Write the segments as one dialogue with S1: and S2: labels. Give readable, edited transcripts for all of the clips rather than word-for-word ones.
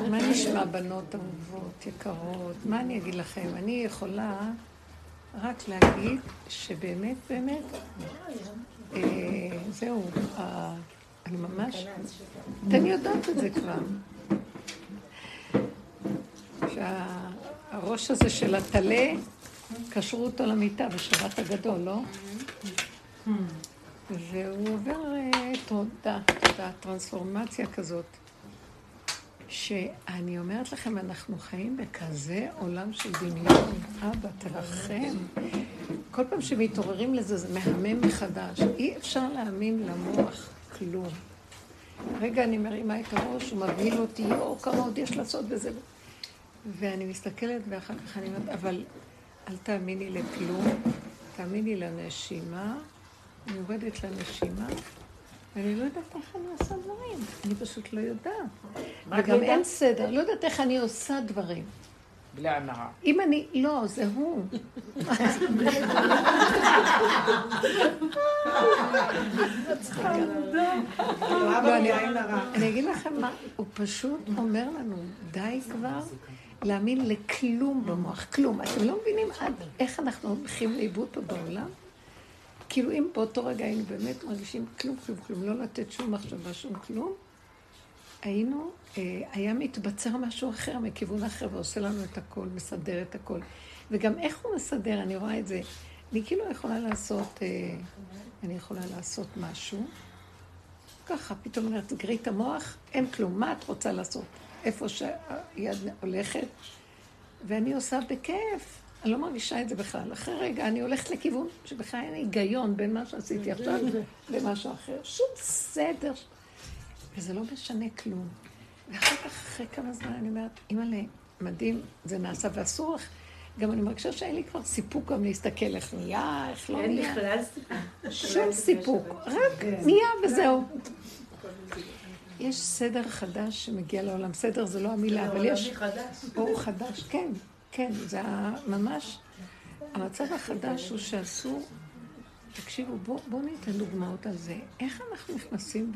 S1: מה נשמע בנות אהובות, יקרות? מה אני אגיד לכם? אני יכולה רק להגיד שבאמת, באמת, זהו, אני ממש, אתן יודעת את זה כבר. שהראש הזה של הטלה, קשרו אותו למיטה בשבת הגדול, לא? והוא עובר תודה, טרנספורמציה כזאת. שאני אומרת לכם, אנחנו חיים בכזה עולם של דמיון. אבא, תרחם. כל פעם שמתעוררים לזה, זה מהמם מחדש. אי אפשר להאמין למוח כלום. רגע, אני מרימה את הראש, הוא מבהיל אותי, כמה עוד יש לעשות בזה. ואני מסתכלת, ואחר כך אני אומרת, אבל אל תאמיני לכלום, תאמיני לנשימה, אני יורדת לנשימה, ואני לא יודעת איך אני עושה דברים, אני פשוט לא יודעת. וגם אין סדר, לא יודעת איך אני עושה דברים.
S2: בלי ענרה.
S1: אם אני, לא, זה הוא. אני אגיד לכם מה, הוא פשוט אומר לנו, די כבר להאמין לכלום במוח, כלום. אתם לא מבינים עד איך אנחנו הולכים לאיבוד פה בעולם? כאילו אם באותו רגע היינו באמת מרגישים כלום, לא לתת שום מחשבה, שום כלום, היינו, היה מתבצר משהו אחר מכיוון אחר ועושה לנו את הכל, מסדר את הכל. וגם איך הוא מסדר, אני רואה את זה, אני כאילו יכולה לעשות משהו, ככה פתאום אני תגרי את המוח, אין כלום, מה את רוצה לעשות? איפה שהיד הולכת, ואני עושה בכיף. אני לא מרגישה את זה בכלל. אחרי רגע אני הולכת לכיוון שבכלל אין היגיון בין מה שעשיתי עכשיו למשהו אחר. שום סדר. וזה לא משנה כלום. ואחר כך, אחרי כמה זמן אני אומרת, אימא'לה, מדהים, זה נעשה ואסור לך. גם אני מרגישה שאין לי כבר סיפוק גם להסתכל איך נהיה, איך לא נהיה.
S3: אין בכלל סיפוק.
S1: שום סיפוק. רק נהיה וזהו. יש סדר חדש שמגיע לעולם. סדר זה לא המילה, אבל יש... אור חדש, כן. כן, זה ממש, המצב החדש הוא שאסור, תקשיבו, בואו ניתן דוגמאות על זה. איך אנחנו נכנסים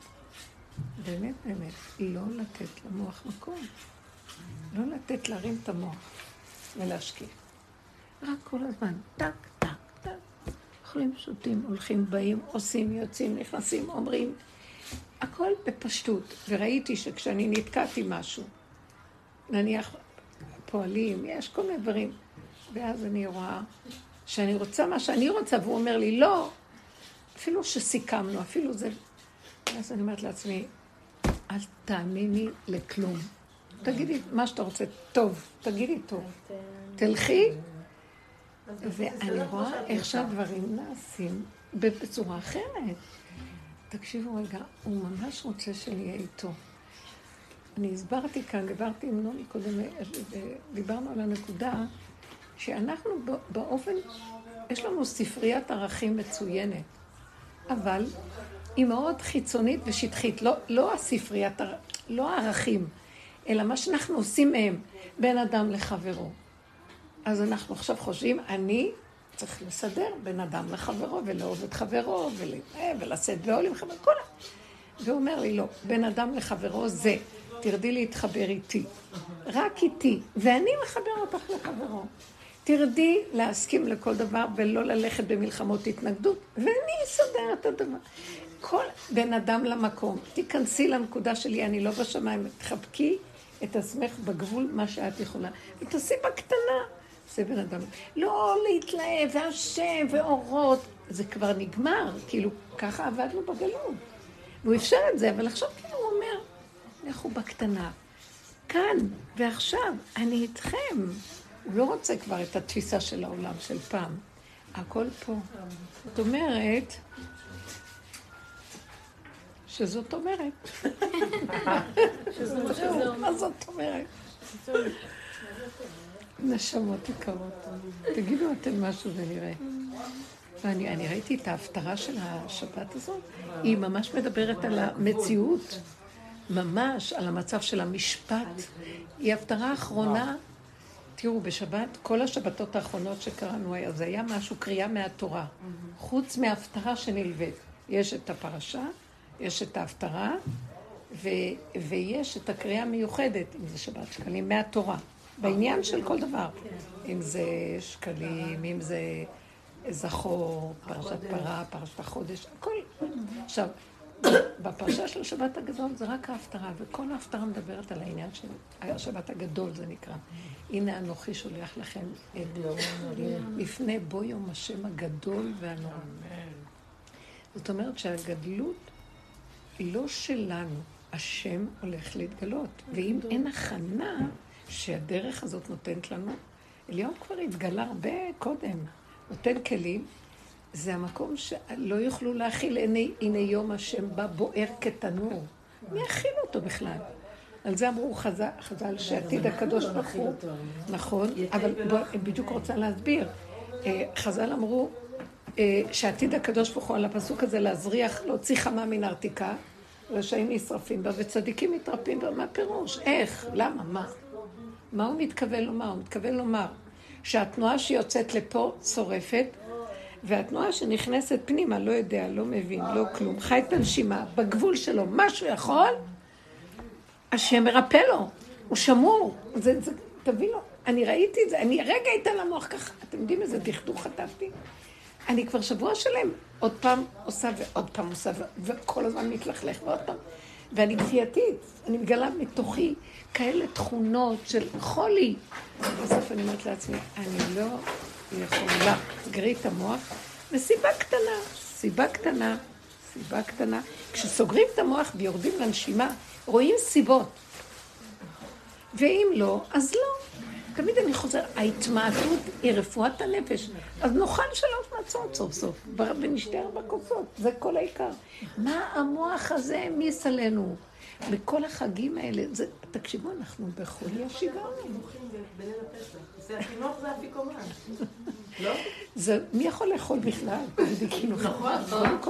S1: באמת, לא לתת למוח מקום. לא לתת להרים את המוח ולהשקיע. רק כל הזמן, טק. אוכלים פשוטים, הולכים, באים, עושים, יוצאים, נכנסים, אומרים. הכל בפשטות. וראיתי שכשאני נתקעתי משהו, נניח, פועלים, יש כל מיני דברים. ואז אני רואה שאני רוצה מה שאני רוצה, והוא אומר לי, לא, אפילו שסיכמנו, אפילו זה. ואז אני אומרת לעצמי, אל תאמיני לכלום. תגידי מה שאתה רוצה, טוב, תגידי טוב. תלכי, ואני רואה איך שהדברים נעשים בצורה אחרת. תקשיבו רגע, הוא ממש רוצה שנהיה איתו. אני הסברתי כאן, דיברתי עם נוני קודם, דיברנו על הנקודה שאנחנו באופן, יש לנו ספריית ערכים מצוינת, אבל היא מאוד חיצונית ושטחית, לא הספריית, לא הערכים, אלא מה שאנחנו עושים מהם, בין אדם לחברו. אז אנחנו עכשיו חושבים, אני צריך לסדר בין אדם לחברו, ולאהוב את חברו, ולשאת ועולים חברו, כל והוא אומר לי, לא, בין אדם לחברו זה, תרדי להתחבר איתי, רק איתי, ואני מחבר אותך לחברו. תרדי להסכים לכל דבר ולא ללכת במלחמות התנגדות, ואני אסדר את הדבר. כל בן אדם למקום, תיכנסי לנקודה שלי, אני לא בשמיים, תחבקי את עצמך בגבול מה שאת יכולה, ותעשי בקטנה, זה בן אדם. לא להתלהב והשם ואורות, זה כבר נגמר, כאילו ככה עבדנו בגלות. והוא אפשר את זה, אבל עכשיו כאילו הוא אומר, לכו בקטנה. כאן ועכשיו, אני איתכם. הוא לא רוצה כבר את התפיסה של העולם של פעם. הכל פה. זאת אומרת, שזאת אומרת. מה זאת אומרת? נשמות יקרות. תגידו אתם משהו ונראה. ואני ראיתי את ההפטרה של השבת הזאת, היא ממש מדברת על המציאות, ממש על המצב של המשפט. היא ההפטרה האחרונה, תראו, בשבת, כל השבתות האחרונות שקראנו, זה היה משהו קריאה מהתורה, חוץ מההפטרה שנלווית. יש את הפרשה, יש את ההפטרה, ויש את הקריאה המיוחדת, אם זה שבת שקלים, מהתורה, בעניין של כל דבר. אם זה שקלים, אם זה זכור, פרשת פרה, פרשת החודש, הכל. עכשיו, בפרשה של שבת הגדול זה רק ההפטרה, וכל ההפטרה מדברת על העניין של השבת הגדול, זה נקרא. הנה אנוכי שולח לכם לפני בוא יום השם הגדול והנורא. זאת אומרת שהגדלות לא שלנו, השם הולך להתגלות. ואם אין הכנה שהדרך הזאת נותנת לנו, אליון כבר התגלה הרבה קודם, נותן כלים, זה המקום שלא יוכלו להכיל, הנה יום השם בא בוער כתנור. מי יכיל אותו בכלל? על זה אמרו חז"ל שעתיד הקדוש ברוך הוא, נכון, אבל אני בדיוק רוצה להסביר. חז"ל אמרו שעתיד הקדוש ברוך הוא על הפסוק הזה להזריח, להוציא חמה מן הארתיקה, רשעים נשרפים בה וצדיקים מתרפים בה. מה פירוש? איך? למה? מה הוא מתכוון לומר? הוא מתכוון לומר שהתנועה שיוצאת לפה שורפת, והתנועה שנכנסת פנימה, לא יודע, לא מבין, לא כלום, חי את הנשימה, בגבול שלו, משהו יכול, השם מרפא לו, הוא שמור, תבין לו, אני ראיתי את זה, אני רגע איתה למוח ככה, אתם יודעים איזה דכדוך חטפתי? אני כבר שבוע שלם, עוד פעם עושה ועוד פעם עושה, וכל הזמן מתלכלך ועוד פעם, ואני כפייתית, אני מגלה מתוכי כאלה תכונות של חולי. בסוף אני אומרת לעצמי, אני לא יכולה, סגרי את המוח, וסיבה קטנה, כשסוגרים את המוח ויורדים לנשימה, רואים סיבות. ואם לא, אז לא. תמיד אני חוזר, ההתמעטות היא רפואת הנפש. אז נאכל 3 מצות סוף סוף, ונשתה 4 כוסות, זה כל העיקר. מה המוח הזה העמיס עלינו? בכל החגים האלה, תקשיבו, אנחנו בחולי השיגעון.
S2: זה החינוך זה אפיקומן. לא?
S1: מי יכול לאכול בכלל? נכון.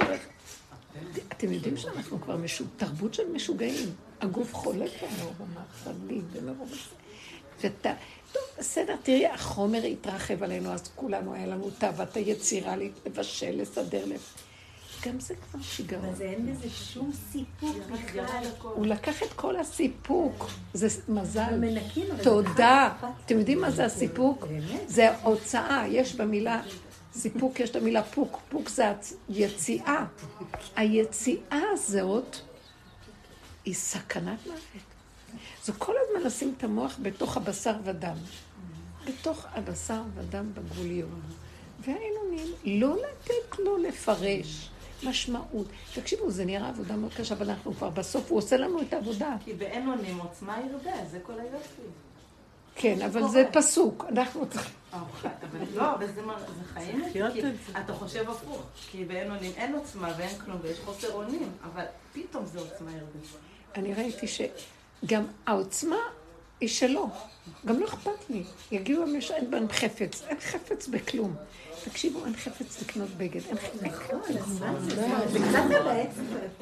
S1: אתם יודעים שאנחנו כבר תרבות של משוגעים. הגוף חולה כבר במאכלים ומרוב זה. טוב, בסדר, תראי, החומר התרחב עלינו, אז כולנו היה לנו תאוות היצירה לבשל, לסדר לב. גם זה כבר שיגעון.
S3: אבל זה אין בזה שום סיפוק בכלל.
S1: הוא לקח את כל הסיפוק, זה מזל, תודה. אתם יודעים מה זה הסיפוק? זה ההוצאה, יש במילה סיפוק, יש את המילה פוק, פוק זה יציאה. היציאה הזאת היא סכנת מוות. זה כל הזמן לשים את המוח בתוך הבשר ודם. בתוך הבשר ודם בגבוליות. והאינונים, לא לתת לו לפרש משמעות. תקשיבו, זה נראה עבודה מאוד קשה, אבל אנחנו כבר בסוף, הוא עושה לנו את העבודה.
S2: כי באינונים עוצמה ירבה, זה כל היופי.
S1: כן, אבל זה פסוק, אנחנו צריכים...
S2: לא, אבל זה חיים, כי אתה חושב הפוך. כי באינונים אין עוצמה ואין כלום, ויש חוסר אונים, אבל פתאום זה עוצמה ירבה.
S1: אני ראיתי שגם העוצמה היא שלו. גם לא אכפת לי. יגיעו אין בהם חפץ. אין חפץ בכלום. תקשיבו, אין חפץ לקנות בגד. אין חפץ בכלום.
S3: זה קצת בעצם.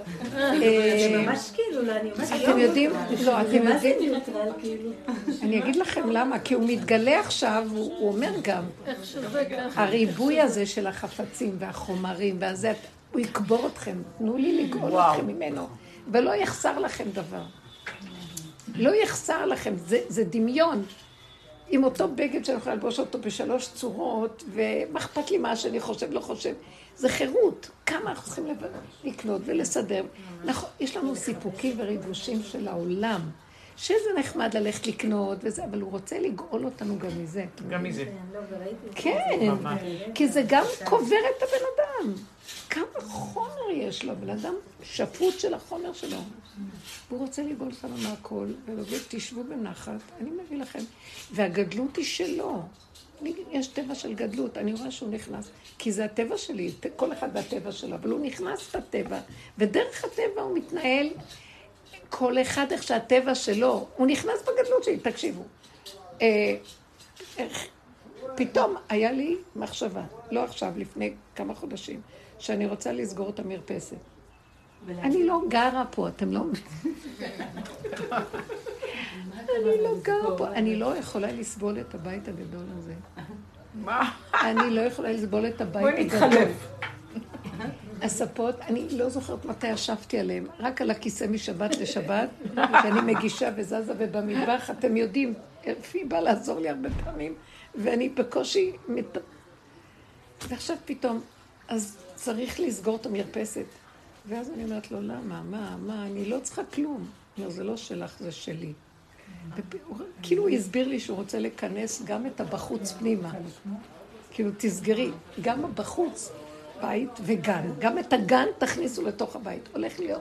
S3: זה ממש כאילו,
S1: אתם יודעים? לא, אתם יודעים? אני אגיד לכם למה. כי הוא מתגלה עכשיו, הוא אומר גם, הריבוי הזה של החפצים והחומרים והזה, הוא יקבור אתכם. תנו לי לגאול אתכם ממנו. ולא יחסר לכם דבר. לא יחסר לכם, זה דמיון. עם אותו בגד שאני יכולה ללבוש אותו ב3 צורות, ומה אכפת לי מה שאני חושב, לא חושב. זה חירות. כמה אנחנו צריכים לקנות ולסדר. יש לנו סיפוקים וריגושים של העולם, שזה נחמד ללכת לקנות וזה, אבל הוא רוצה לגאול אותנו גם מזה.
S4: גם מזה.
S1: כן, כי זה גם קובר את הבן אדם. כמה חומר יש לו, בן אדם שפוט של החומר שלו. והוא רוצה לגאול אותנו מהכל, ולהגיד, תשבו בנחת, אני מביא לכם. והגדלות היא שלו. יש טבע של גדלות, אני רואה שהוא נכנס, כי זה הטבע שלי, כל אחד והטבע שלו, אבל הוא נכנס בטבע, ודרך הטבע הוא מתנהל, כל אחד איך שהטבע שלו, הוא נכנס בגדלות שלי, תקשיבו. פתאום היה לי מחשבה, לא עכשיו, לפני כמה חודשים, שאני רוצה לסגור את המרפסת. אני לא גרה פה, אתם לא... אני לא גרה פה, אני לא יכולה לסבול את הבית הגדול הזה.
S4: מה?
S1: אני לא יכולה לסבול את הבית הגדול.
S4: בואי נתחלף.
S1: הספות, אני לא זוכרת מתי ישבתי עליהם, רק על הכיסא משבת לשבת, שאני מגישה וזזה ובמטבח, אתם יודעים, פי בא לעזור לי הרבה פעמים, ואני בקושי ועכשיו פתאום, אז צריך לסגור את המרפסת. ואז אני אומרת לו, למה? מה? אני לא צריכה כלום. לא, זה לא שלך, זה שלי. כאילו הוא הסביר לי שהוא רוצה לכנס גם את הבחוץ פנימה. כאילו, תסגרי, גם הבחוץ, בית וגן. גם את הגן תכניסו לתוך הבית. הולך להיות,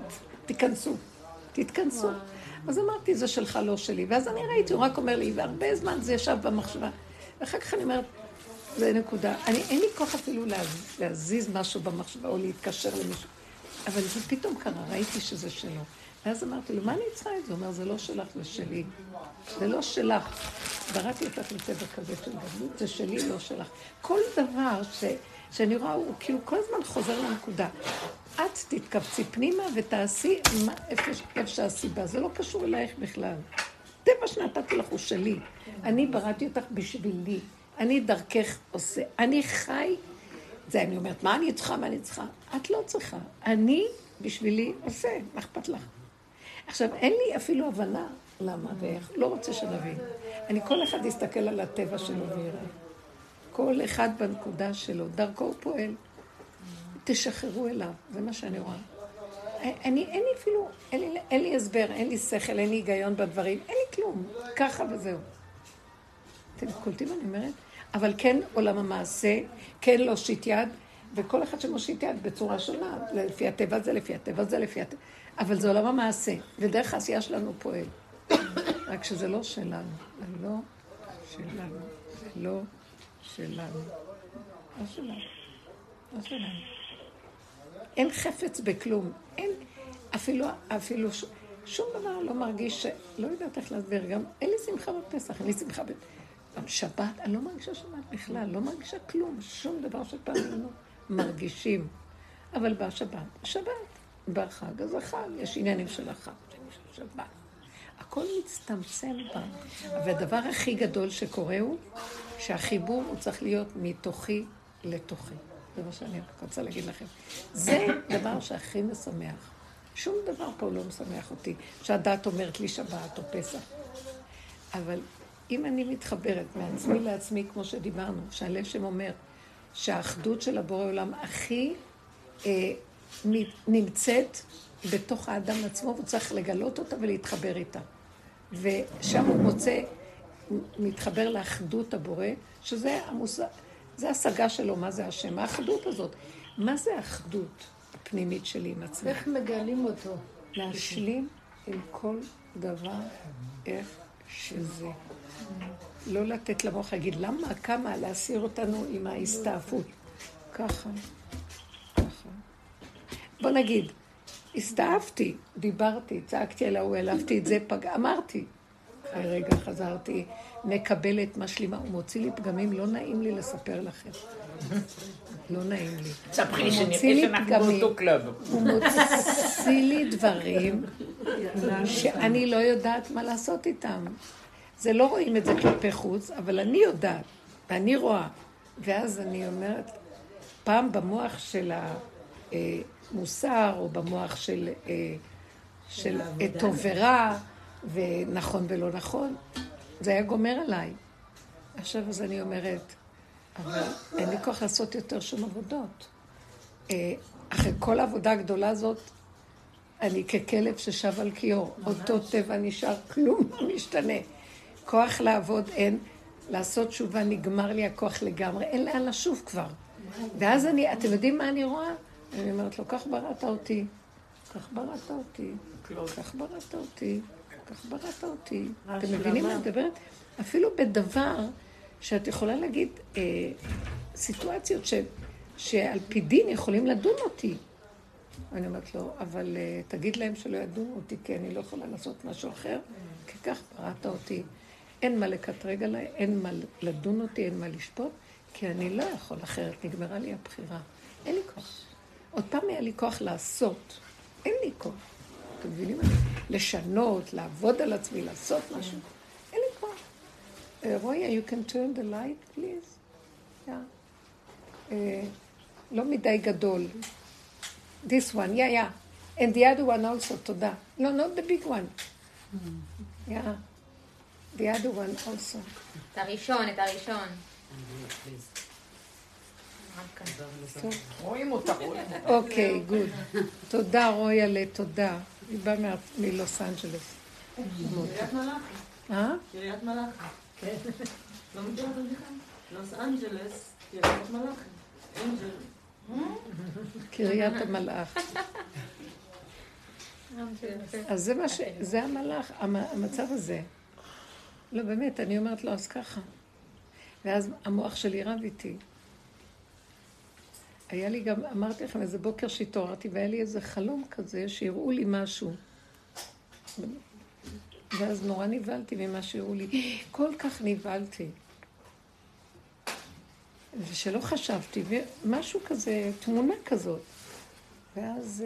S1: תתכנסו. אז אמרתי, זה שלך, לא שלי. ואז אני ראיתי, הוא רק אומר לי, והרבה זמן זה ישב במחשבה. ואחר כך אני אומרת, זה נקודה. אין לי כוח אפילו להזיז משהו במחשבה או להתקשר למישהו. אבל זה פתאום קרה, ראיתי שזה שלו. ואז אמרתי לו, מה אני צריכה את זה? הוא אומר, זה לא שלך, זה שלי. זה לא שלך. בראתי אותך לטבע כזה של גדלות, זה שלי, לא שלך. כל דבר שאני רואה, הוא כאילו כל הזמן חוזר לנקודה. את תתקבצי פנימה ותעשי איפה שהסיבה. זה לא קשור אלייך בכלל. טבע שנתתי לך הוא שלי. אני בראתי אותך בשבילי. אני דרכך עושה. אני חי. זה אני אומרת, מה אני צריכה? את לא צריכה. אני בשבילי עושה. מה אכפת לך? עכשיו, אין לי אפילו הבנה למה ואיך. לא רוצה שנבין. אני כל אחד יסתכל על הטבע שלו ויראה. כל אחד בנקודה שלו. דרכו הוא פועל. תשחררו אליו. זה מה שאני רואה. אין לי אפילו, אין לי הסבר, אין לי שכל, אין לי היגיון בדברים. אין לי כלום. ככה וזהו. אתם קולטים, אני אומרת? אבל כן עולם המעשה, כן להושיט יד, וכל אחד שמושיט יד בצורה שונה, לפי הטבע זה, לפי הטבע זה, לפי הטבע. אבל זה עולם המעשה, ודרך העשייה שלנו פועל. רק שזה לא שלנו, זה לא שלנו, זה לא שלנו. לא שלנו, לא שלנו. אין חפץ בכלום, אין אפילו שום דבר לא מרגיש, לא יודעת איך להסביר, גם אין לי שמחה בפסח, אין לי שמחה שבת, אני לא מרגישה שבת בכלל, לא מרגישה כלום, שום דבר שפעמים מרגישים. אבל בשבת, בחג, אז החג, יש עניינים של החג, של שבת. הכל מצטמצם בה. והדבר הכי גדול שקורה הוא, שהחיבור הוא צריך להיות מתוכי לתוכי. זה מה שאני רוצה להגיד לכם. זה דבר שהכי משמח. שום דבר פה לא משמח אותי, שהדת אומרת לי שבת או פסח. אבל אם אני מתחברת מעצמי לעצמי, כמו שדיברנו, שהלב שם אומר שהאחדות של הבורא עולם הכי נמצאת בתוך האדם עצמו, והוא צריך לגלות אותה ולהתחבר איתה. ושם הוא מתחבר לאחדות הבורא, שזה זה השגה שלו, מה זה השם, האחדות הזאת. מה זה האחדות הפנימית שלי עם עצמי?
S4: איך מגלים אותו?
S1: להשלים עם כל דבר איך שזה. לא לתת למוח להגיד, למה, כמה, להסיר אותנו עם ההסתעפות. ככה. בוא נגיד, הסתעפתי, דיברתי, צעקתי על ההוא, העלבתי את זה, אמרתי. אחרי רגע חזרתי, מקבלת משלימה, הוא מוציא לי פגמים, לא נעים לי לספר לכם. לא נעים לי.
S5: ספרי שאנחנו באותו קלאב.
S1: הוא מוציא לי דברים שאני לא יודעת מה לעשות איתם. זה לא רואים את זה כלפי חוץ, אבל אני יודעת, ואני רואה. ואז אני אומרת, פעם במוח של המוסר, או במוח של טוב ורע, ונכון ולא נכון, זה היה גומר עליי. עכשיו אז אני אומרת, אבל אין לי כוח לעשות יותר שום עבודות. אחרי כל העבודה הגדולה הזאת, אני ככלב ששב על כיור. אותו טבע נשאר, כלום לא משתנה. כוח לעבוד אין, לעשות תשובה נגמר לי הכוח לגמרי, אין לאן לשוב כבר. ואז אתם יודעים מה אני רואה? אני אומרת לו, כך בראת אותי, כך בראת אותי, כך בראת אותי, כך בראת אותי. אתם מבינים מה אני מדברת? אפילו בדבר שאת יכולה להגיד, סיטואציות שעל פי דין יכולים לדון אותי. אני אומרת לו, אבל תגיד להם שלא ידונו אותי, כי אני לא יכולה לעשות משהו אחר, כי כך בראת אותי. אין מה לקטרג עליי, אין מה לדון אותי, אין מה לשפוט, כי אני לא יכול אחרת, נגמרה לי הבחירה. אין לי כוח. עוד פעם היה לי כוח לעשות. אין לי כוח. אתם מבינים? לשנות, לעבוד על עצמי, לעשות משהו. אין לי כוח. רועי, you can turn the light, please? לא מדי גדול. This one, yeah. And the other one also, תודה. No, not the big one. Yeah. The other one also.
S4: את הראשון.
S5: רואים אותה.
S1: אוקיי, גוד. תודה, רויאלה, תודה. היא באה מלוס אנג'לס.
S6: קריית מלאכי. קריית מלאכי. כן. לא מכירה את הבדיחה? לוס אנג'לס, קריית מלאכי. אנג'ל.
S1: קריית המלאך. אז זה המלאך, המצב הזה. לא, באמת, אני אומרת לו, אז ככה. ואז המוח שלי רב איתי. היה לי גם, אמרתי לכם, איזה בוקר שהתעוררתי, והיה לי איזה חלום כזה, שיראו לי משהו. ואז נורא נבלתי ממה שיראו לי. כל כך נבלתי. ושלא חשבתי, ומשהו כזה, תמונה כזאת. ואז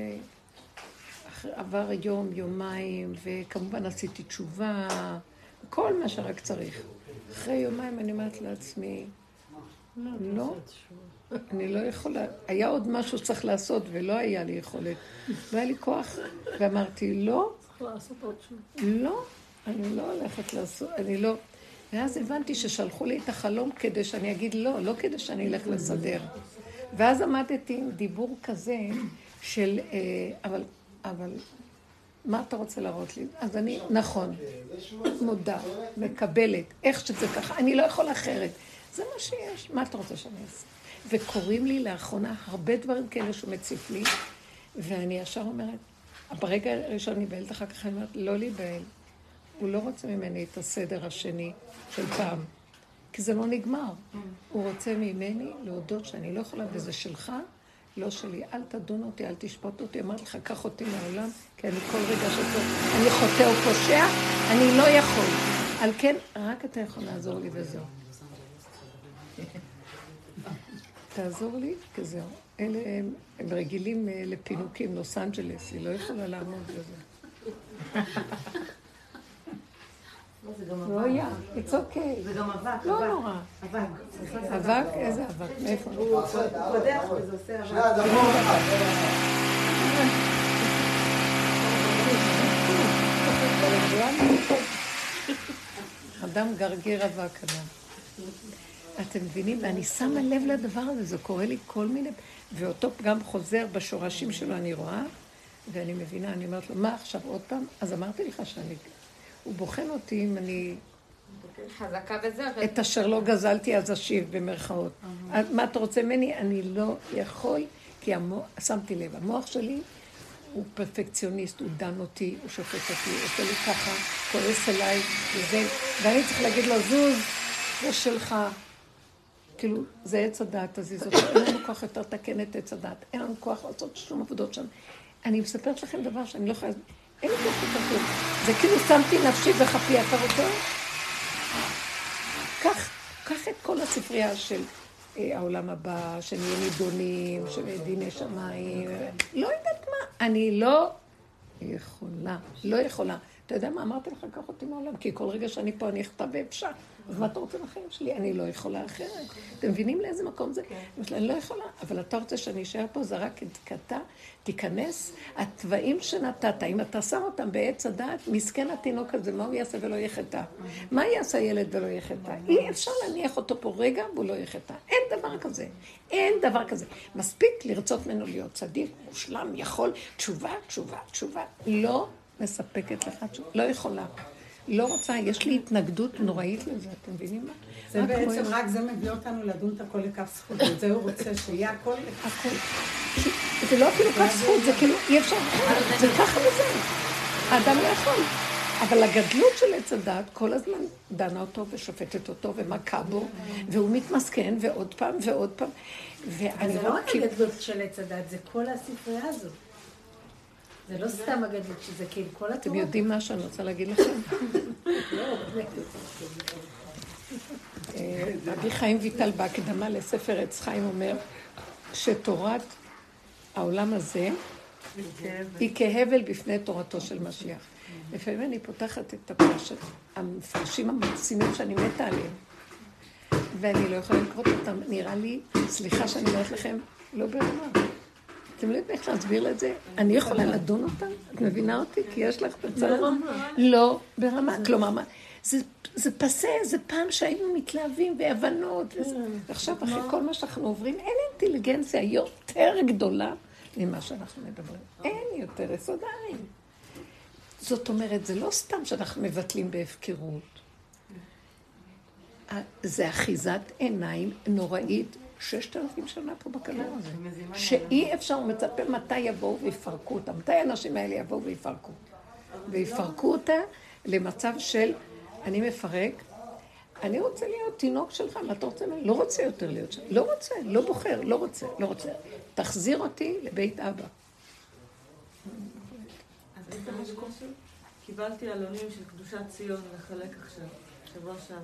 S1: עבר יום, יומיים, וכמובן עשיתי תשובה, כל מה שרק צריך. אחרי יומיים אני אומרת לעצמי, לא, אני לא יכולה, היה עוד משהו שצריך לעשות ולא היה לי יכולת. והיה לי כוח, ואמרתי, לא, לא, אני לא הולכת לעשות, אני לא. ואז הבנתי ששלחו לי את החלום כדי שאני אגיד לא, לא כדי שאני אלך לסדר. ואז עמדתי עם דיבור כזה של, אבל מה אתה רוצה להראות לי? אז אני, נכון, מודה, מקבלת, איך שזה ככה, אני לא יכול אחרת. זה מה שיש, מה אתה רוצה שאני אעשה? וקוראים לי לאחרונה הרבה דברים כאלה שהוא מציף לי, ואני ישר אומרת, ברגע הראשון נבהלת, אחר כך אני אומרת, לא להיבהל. הוא לא רוצה ממני את הסדר השני של פעם, כי זה לא נגמר. הוא רוצה ממני להודות שאני לא יכולה, וזה שלך, לא שלי. אל תדון אותי, אל תשפוט אותי. אמרתי לך, קח אותי מהעולם, כי אני כל רגע שפה, אני חוטא או פושע, אני לא יכול. על כן, רק אתה יכול לעזור לי וזהו. תעזור לי, כי זהו. אלה הם רגילים לפינוקים, לוס אנג'לס, היא לא יכולה לעמוד בזה. לא היה, it's okay.
S2: זה גם אבק.
S1: לא נורא.
S2: אבק.
S1: אבק? איזה אבק? מאיפה?
S2: הוא קודח וזה עושה אבק.
S1: אדם גרגר אבק אדם. אתם מבינים? ואני שמה לב לדבר הזה, זה קורה לי כל מיני, ואותו פגם חוזר בשורשים שלו, אני רואה, ואני מבינה, אני אומרת לו, מה עכשיו עוד פעם? אז אמרתי לך שאני... הוא בוחן אותי אם אני...
S4: חזקה בזה.
S1: את אשר לא גזלתי אז אשיב במרכאות. מה אתה רוצה ממני? אני לא יכול, כי שמתי לב, המוח שלי הוא פרפקציוניסט, הוא דן אותי, הוא שופט אותי, הוא עושה לי ככה, כועס אליי, וזה, ואני צריך להגיד לו, זוז, זה שלך. כאילו, זה עץ הדעת, תזיז אותו, אין לנו כוח יותר לתקן את עץ הדעת, אין לנו כוח לעשות שום עבודות שם. אני מספרת לכם דבר שאני לא יכולה... אין לי כוח יותר כלום. זה כאילו שמתי נפשי וחפי, אתה רוצה? קח את כל הספרייה של העולם הבא, שנהיה נידונים, שדיני שמיים, לא יודעת מה. אני לא יכולה. אתה יודע מה? אמרתי לך, קח אותי מהעולם, כי כל רגע שאני פה אני אכתב ואפשר. אז מה אתה רוצה בחיים שלי? אני לא יכולה אחרת. אתם מבינים לאיזה מקום זה? אני לא יכולה, אבל אתה רוצה שאני אשאר פה, זה רק אתה תיכנס, התוואים שנתת, אם אתה שם אותם בעץ הדעת, מסכן התינוק הזה, מה הוא יעשה ולא יחטא? מה יעשה ילד ולא יחטא? אי אפשר להניח אותו פה רגע והוא לא יחטא. אין דבר כזה. אין דבר כזה. מספיק לרצות ממנו להיות צדיק, מושלם, יכול, תשובה. לא מספקת לך, לא יכולה. לא רוצה, יש לי התנגדות נוראית לזה, אתם מבינים מה?
S7: זה בעצם רק זה מביא אותנו לדון את הכל לכף זכות, וזה הוא רוצה שיהיה הכל
S1: הכל. זה לא אפילו כף זכות, זה כאילו אי אפשר, זה ככה וזה. האדם לא יכול. אבל הגדלות של עץ הדת כל הזמן דנה אותו ושופטת אותו ומכה בו, והוא מתמסכן ועוד פעם.
S3: זה לא רק הגדלות של עץ הדת, זה כל הספרייה הזאת. זה לא סתם הגדלות, שזה כאילו כל התורה.
S1: אתם יודעים מה שאני רוצה להגיד לכם? רבי חיים ויטל בהקדמה לספר עץ חיים אומר שתורת העולם הזה היא כהבל בפני תורתו של משיח. לפעמים אני פותחת את הפרשת, המפרשים המקסימים שאני מתה עליהם, ואני לא יכולה לקרוא אותם. נראה לי, סליחה שאני אומרת לכם, לא ברמה. אתם לא יודעים איך להסביר את זה? אני יכולה לדון אותם? את מבינה אותי? כי יש לך את הצד. לא, ברמה. כלומר, זה פסה, זה פעם שהיינו מתלהבים והבנות. ועכשיו, אחרי כל מה שאנחנו עוברים, אין אינטליגנציה יותר גדולה ממה שאנחנו מדברים. אין יותר יסודיים. זאת אומרת, זה לא סתם שאנחנו מבטלים בהפקרות. זה אחיזת עיניים נוראית 6,000 שנה פה בכדור הזה. שאי אפשר מצפה מתי יבואו ויפרקו אותה. מתי האנשים האלה יבואו ויפרקו? ויפרקו אותה למצב של אני מפרק, אני רוצה להיות תינוק שלך, מה אתה רוצה? לא רוצה יותר להיות שם. לא רוצה, לא בוחר, לא רוצה, לא רוצה. תחזיר אותי לבית אבא.
S6: אז איזה ממש קושי? קיבלתי עלונים של קדושת ציון לחלק עכשיו, שבוע שעבר.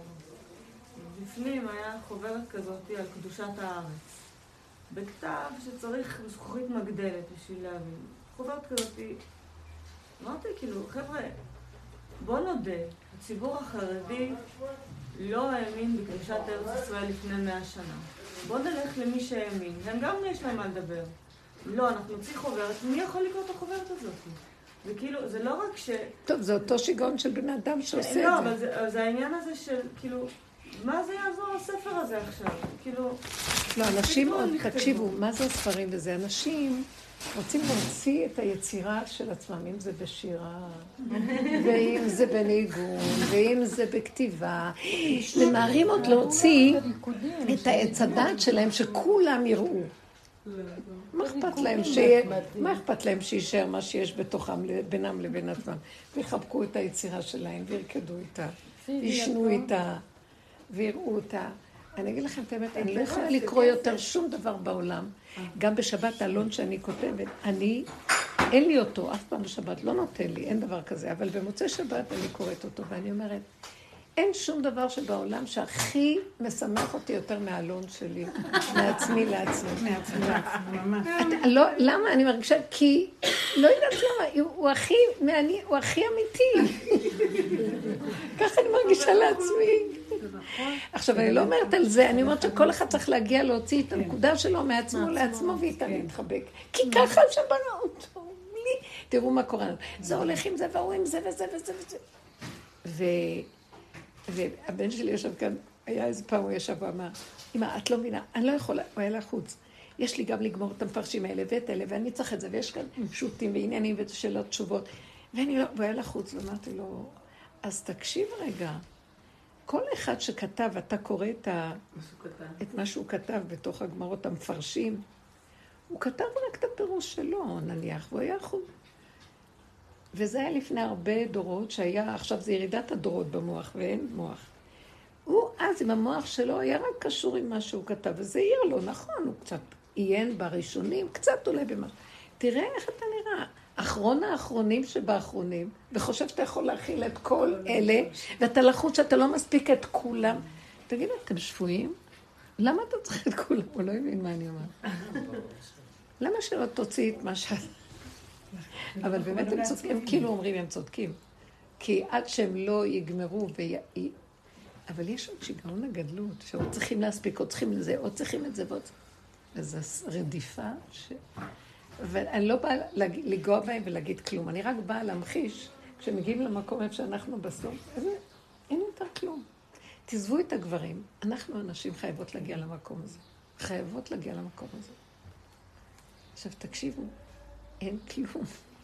S6: בפנים היה חוברת כזאת על קדושת הארץ. בכתב שצריך זכוכית מגדלת בשביל להבין. חוברת כזאת, אמרתי כאילו, חבר'ה, בוא נודה, הציבור החרדי לא האמין בקדושת ארץ ישראל לפני 100 שנה. בוא נלך למי שהאמין, הם גם יש להם מה לדבר. לא, אנחנו נוציא חוברת, מי יכול לקרוא את החוברת הזאת? וכאילו, זה לא רק ש...
S1: טוב, זה אותו שיגעון של בן אדם שעושה את זה.
S6: לא, אבל זה העניין הזה של, כאילו, מה זה יעזור הספר הזה עכשיו? כאילו...
S1: לא, אנשים עוד, תקשיבו, מה זה הספרים וזה? אנשים רוצים להוציא את היצירה של עצמם, אם זה בשירה, ואם זה בניגון, ואם זה בכתיבה. ומהרים עוד להוציא את העץ הדת שלהם, שכולם יראו. מה אכפת להם שישאר מה שיש בתוכם בינם לבין עצמם? ויחבקו את היצירה שלהם, וירקדו איתה, וישנו איתה, ויראו אותה. אני אגיד לכם את האמת, אני לא יכולה לקרוא יותר שום דבר בעולם. גם בשבת האלון שאני כותבת, אין לי אותו, אף פעם בשבת לא נותן לי, אין דבר כזה. אבל במוצאי שבת אני קוראת אותו, ואני אומרת, אין שום דבר שבעולם שהכי משמח אותי יותר מהאלון שלי, מעצמי לעצמי.
S7: מעצמי לעצמי, ממש.
S1: למה? אני מרגישה, כי לא יודעת למה, הוא הכי אמיתי. ככה אני מרגישה לעצמי. עכשיו, אני לא אומרת על זה, אני אומרת שכל אחד צריך להגיע להוציא את הנקודה שלו מעצמו לעצמו ואיתה להתחבק. כי ככה שבנו אותו. תראו מה קורה. זה הולך עם זה והוא עם זה וזה וזה וזה. והבן שלי יושב כאן, היה איזה פעם, הוא ישב ואמר, אמא, את לא מבינה, אני לא יכולה, הוא היה לחוץ. יש לי גם לגמור את המפרשים האלה ואת אלה, ואני צריך את זה, ויש כאן שוטים ועניינים ושאלות תשובות. ואני לא, והוא היה לחוץ, ואמרתי לו, אז תקשיב רגע, כל אחד שכתב, אתה קורא את מה שהוא כתב בתוך הגמרות המפרשים, הוא כתב רק את הפירוש שלו, נניח, והוא היה חוץ. וזה היה לפני הרבה דורות שהיה, עכשיו זה ירידת הדורות במוח, ואין מוח. הוא אז עם המוח שלו היה רק קשור עם מה שהוא כתב, וזה העיר לו, נכון, הוא קצת עיין בראשונים, קצת עולה במשהו. תראה איך אתה נראה, אחרון האחרונים שבאחרונים, וחושב שאתה יכול להכיל את כל אלה, ואתה לחוץ שאתה לא מספיק את כולם. תגידו, אתם שפויים? למה אתה צריך את כולם? הוא לא הבין מה אני אומר. למה שלא תוציא את מה שאת... אבל באמת הם צודקים, הם כאילו אומרים הם צודקים. כי עד שהם לא יגמרו אבל יש עוד שיגעון הגדלות, שעוד צריכים להספיק, עוד צריכים לזה, עוד צריכים את זה ועוד... וזו רדיפה ואני לא באה לגוע בהם ולהגיד כלום, אני רק באה להמחיש, כשמגיעים למקום איפה שאנחנו בסוף, אין יותר כלום. תעזבו את הגברים, אנחנו אנשים חייבות להגיע למקום הזה. חייבות להגיע למקום הזה. עכשיו תקשיבו, אין כלום.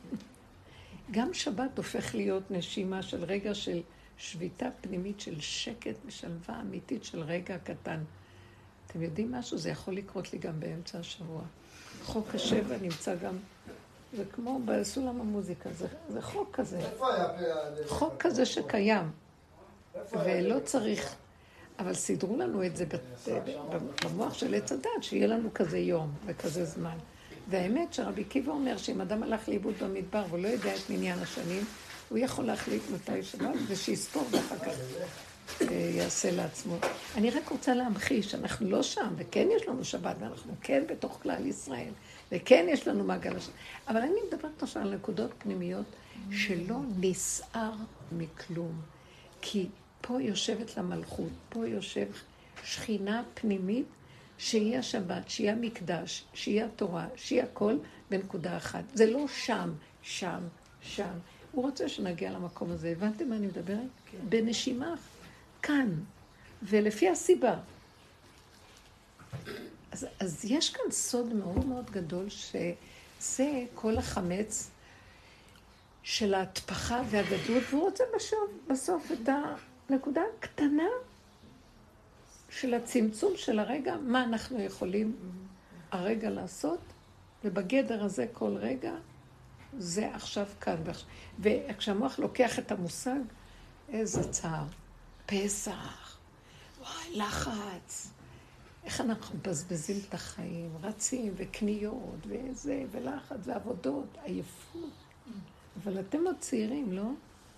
S1: גם שבת הופך להיות נשימה של רגע של שביתה פנימית, של שקט ושלווה אמיתית של רגע קטן. אתם יודעים משהו? זה יכול לקרות לי גם באמצע השבוע. חוק השבע נמצא גם, זה כמו בסולם המוזיקה, זה חוק כזה. חוק כזה שקיים. ולא צריך, אבל סידרו לנו את זה במוח של עץ הדת, שיהיה לנו כזה יום וכזה זמן. והאמת שרבי עקיבא אומר שאם אדם הלך לאיבוד במדבר והוא לא יודע את מניין השנים, הוא יכול להחליט מתי שבת ושיספור ואחר כך יעשה לעצמו. אני רק רוצה להמחיש, אנחנו לא שם, וכן יש לנו שבת, ואנחנו כן בתוך כלל ישראל, וכן יש לנו מעגל השם. אבל אני מדברת עכשיו על נקודות פנימיות שלא נסער מכלום. כי פה יושבת למלכות, פה יושב שכינה פנימית, שיהיה השבת, שיהיה המקדש, שיהיה התורה, שיהיה הכל בנקודה אחת. זה לא שם, שם, שם. הוא רוצה שנגיע למקום הזה. הבנתם מה אני מדברת? כן. בנשימה, כאן. ולפי הסיבה. אז יש כאן סוד מאוד מאוד גדול, שזה כל החמץ של ההתפחה והגדלות, והוא רוצה בסוף את הנקודה הקטנה של הצמצום של הרגע, מה אנחנו יכולים הרגע לעשות, ובגדר הזה כל רגע, זה עכשיו כאן. וכשהמוח לוקח את המושג, איזה צער, פסח, וואי, לחץ, איך אנחנו מבזבזים את החיים, רצים וקניות וזה, ולחץ ועבודות, עייפות. אבל אתם עוד צעירים, לא?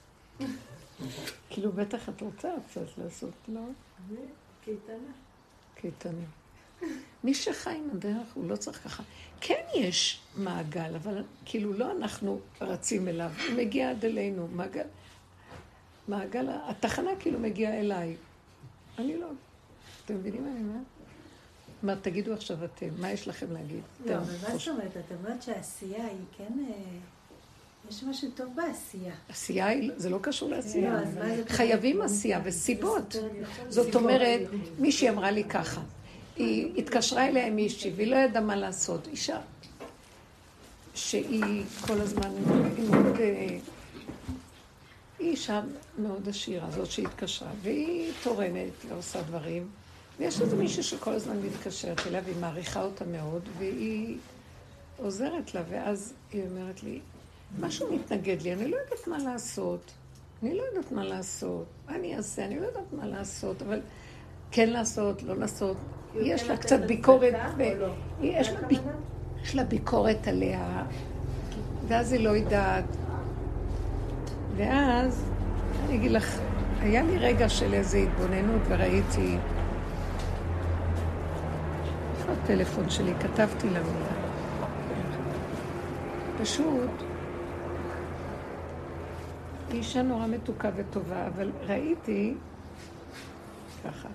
S1: כאילו בטח את רוצה קצת לעשות, לא?
S3: קייטנה.
S1: קייטנה. מי שחי עם הדרך הוא לא צריך ככה. כן יש מעגל, אבל כאילו לא אנחנו רצים אליו. הוא מגיע עד אלינו. מעגל, התחנה כאילו מגיעה אליי. אני לא. אתם מבינים מה אני אומרת? מה, תגידו עכשיו אתם, מה יש לכם להגיד?
S3: לא, אבל מה זאת אומרת? את אומרת שהעשייה היא כן... יש משהו טוב בעשייה.
S1: עשייה זה לא קשור לעשייה. חייבים עשייה וסיבות. זאת אומרת, מישהי אמרה לי ככה, היא התקשרה אליה עם מישהי, והיא לא ידעה מה לעשות. אישה שהיא כל הזמן, היא אישה מאוד עשירה, זאת שהתקשרה, והיא תורמת ועושה דברים, ויש איזה מישהו שכל הזמן מתקשרת אליה, והיא מעריכה אותה מאוד, והיא עוזרת לה, ואז היא אומרת לי, משהו מתנגד לי, אני לא יודעת מה לעשות. מה אני אעשה? אני לא יודעת מה לעשות, אבל כן לעשות, לא לעשות. יש לה קצת ביקורת, יש לה ביקורת עליה, ואז היא לא יודעת. ואז, אני אגיד לך, היה לי רגע של איזו התבוננות וראיתי, איפה הטלפון שלי? כתבתי לנו. פשוט, היא אישה נורא מתוקה וטובה, אבל ראיתי ככה.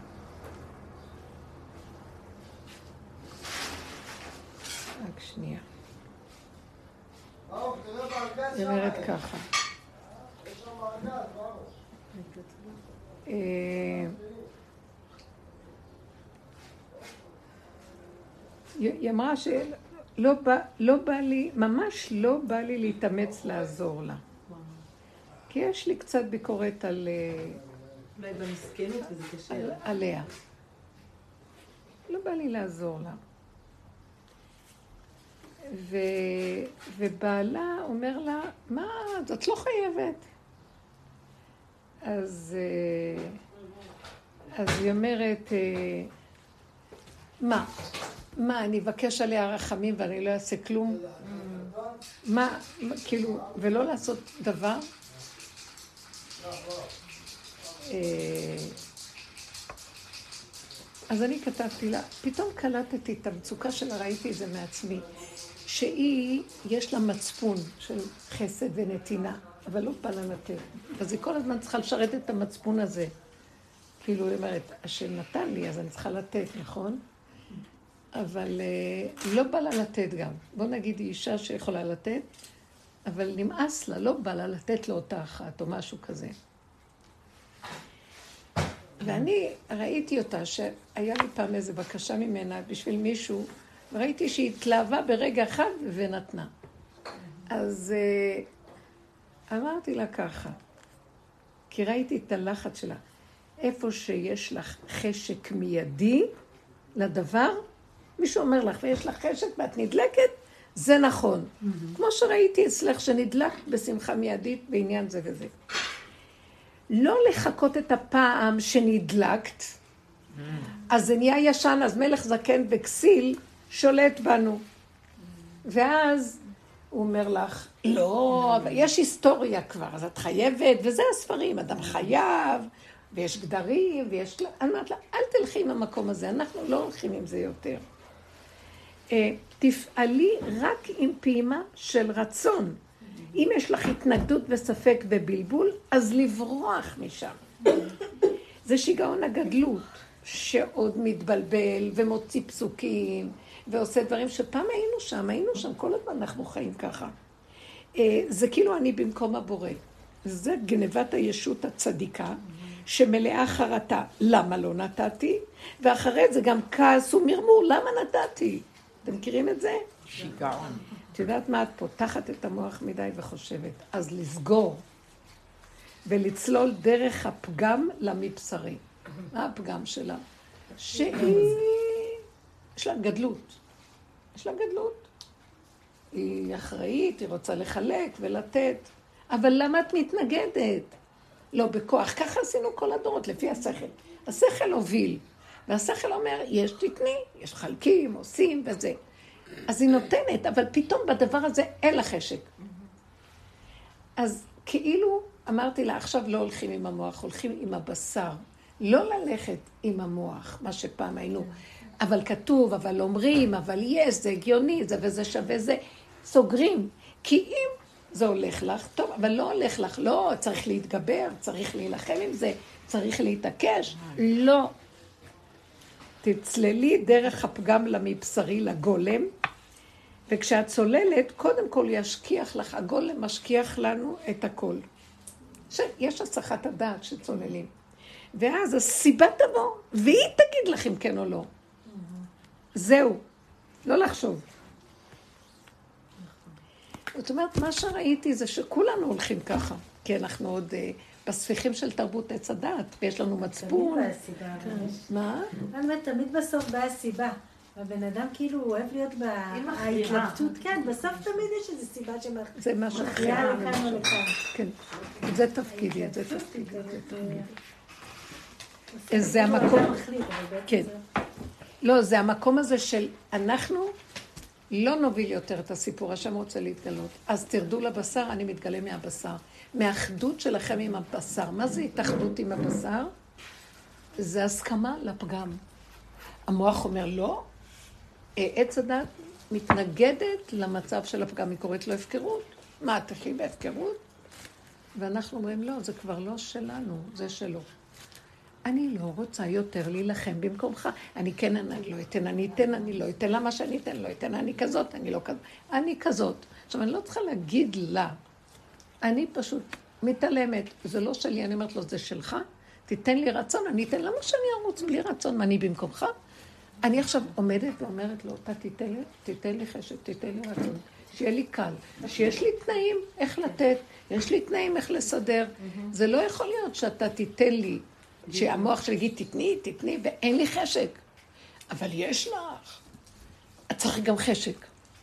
S1: רק שנייה. היא אומרת ככה. היא אמרה שלא בא לי, ממש לא בא לי להתאמץ לעזור לה. כי יש לי קצת ביקורת על...
S2: אולי במסכנות וזה קשה.
S1: עליה. לא בא לי לעזור לה. ובעלה אומר לה, מה, זאת לא חייבת. אז היא אומרת, מה, אני אבקש עליה רחמים ואני לא אעשה כלום? מה, כאילו, ולא לעשות דבר? אז אני כתבתי לה, פתאום קלטתי את המצוקה שלה, ראיתי את זה מעצמי, שהיא, יש לה מצפון של חסד ונתינה, אבל לא בא לה לתת. אז היא כל הזמן צריכה לשרת את המצפון הזה. כאילו, היא אומרת, השם נתן לי, אז אני צריכה לתת, נכון? אבל לא בא לה לתת גם. בוא נגיד, היא אישה שיכולה לתת, אבל נמאס לה, לא בא לה לתת לאותה אחת או משהו כזה. ואני ראיתי אותה שהיה לי פעם איזו בקשה ממנה בשביל מישהו, וראיתי שהיא התלהבה ברגע אחד ונתנה. אז אמרתי לה ככה, כי ראיתי את הלחץ שלה, איפה שיש לך חשק מיידי לדבר, מישהו אומר לך, ויש לך חשק ואת נדלקת, זה נכון. כמו שראיתי אצלך שנדלק בשמחה מיידית בעניין זה וזה. לא לחכות את הפעם שנדלקת, אז זה נהיה ישן, אז מלך זקן וכסיל שולט בנו. ואז הוא אומר לך, לא, אבל יש היסטוריה כבר, אז את חייבת, וזה הספרים, אדם חייב, ויש גדרים, ויש... אני אומרת לה, אל תלכי עם המקום הזה, אנחנו לא הולכים עם זה יותר. תפעלי רק עם פעימה של רצון. אם יש לך התנגדות וספק ובלבול, אז לברוח משם. זה שיגעון הגדלות. שעוד מתבלבל ומוציא פסוקים ועושה דברים שפעם היינו שם, כל הזמן אנחנו חיים ככה. זה כאילו אני במקום הבורא. זה גנבת הישות הצדיקה שמלאה חרטה. למה לא נתתי? ואחרי זה גם כעס ומרמור, למה נתתי? אתם מכירים את זה?
S5: שיגעון.
S1: את יודעת מה? את פותחת את המוח מדי וחושבת. אז לסגור ולצלול דרך הפגם למבשרי. מה הפגם שלה? שהיא... יש לה גדלות. יש לה גדלות. היא אחראית, היא רוצה לחלק ולתת. אבל למה את מתנגדת? לא בכוח. ככה עשינו כל הדורות, לפי השכל. השכל הוביל. והשכל אומר, יש תתני, יש חלקים, עושים וזה. אז היא נותנת, אבל פתאום בדבר הזה אין לה חשק. אז כאילו אמרתי לה, עכשיו לא הולכים עם המוח, הולכים עם הבשר. לא ללכת עם המוח, מה שפעם היינו. אבל כתוב, אבל אומרים, אבל יש, זה הגיוני, זה וזה שווה זה. סוגרים. כי אם זה הולך לך, טוב, אבל לא הולך לך, לא, צריך להתגבר, צריך להילחם עם זה, צריך להתעקש. לא. תצללי דרך הפגם למבשרי, לגולם, וכשאת צוללת, קודם כל ישכיח לך, הגולם משכיח לנו את הכל. יש הסחת הדעת שצוללים. ואז הסיבה תבוא, והיא תגיד לכם כן או לא. זהו, לא לחשוב. זאת אומרת, מה שראיתי זה שכולנו הולכים ככה, כי אנחנו עוד בספיחים של תרבות עץ הדעת, ויש לנו מצפון.
S3: תמיד בסיבה.
S1: מה?
S3: תמיד בסוף באה הסיבה. הבן אדם כאילו אוהב להיות בהתלבטות, כן, בסוף תמיד יש איזו סיבה
S1: זה מה
S3: שמכריעה לכאן או לכאן.
S1: כן, זה תפקידי, זה תפקידי. זה המקום, כן. לא, זה המקום הזה של אנחנו לא נוביל יותר את הסיפור, השם רוצה להתגלות. אז תרדו לבשר, אני מתגלה מהבשר. מהאחדות שלכם עם הבשר. מה זה התאחדות עם הבשר? זה הסכמה לפגם. המוח אומר לא, עץ הדת מתנגדת למצב של הפגם, היא קוראת לו הפקרות. מה, תחי בהפקרות? ואנחנו אומרים לא, זה כבר לא שלנו, זה שלו. אני לא רוצה יותר להילחם במקומך. אני כן, אני לא אתן, אני אתן, אני לא אתן. למה שאני אתן? לא אתן, אני כזאת, אני לא כזאת. אני כזאת. עכשיו, אני לא צריכה להגיד לה. אני פשוט מתעלמת. זה לא שלי, אני אומרת לו, זה שלך. תיתן לי רצון, אני אתן. למה שאני ארוץ בלי רצון? מה, אני במקומך? אני עכשיו עומדת ואומרת לו, אתה תיתן לי חשק, תיתן לי רצון. שיהיה לי קל. שיש לי תנאים איך לתת, יש לי תנאים איך לסדר. זה לא יכול להיות שאתה תיתן לי שהמוח שלי יגיד, תתני, ואין לי חשק. אבל יש לך. את צריך גם חשק.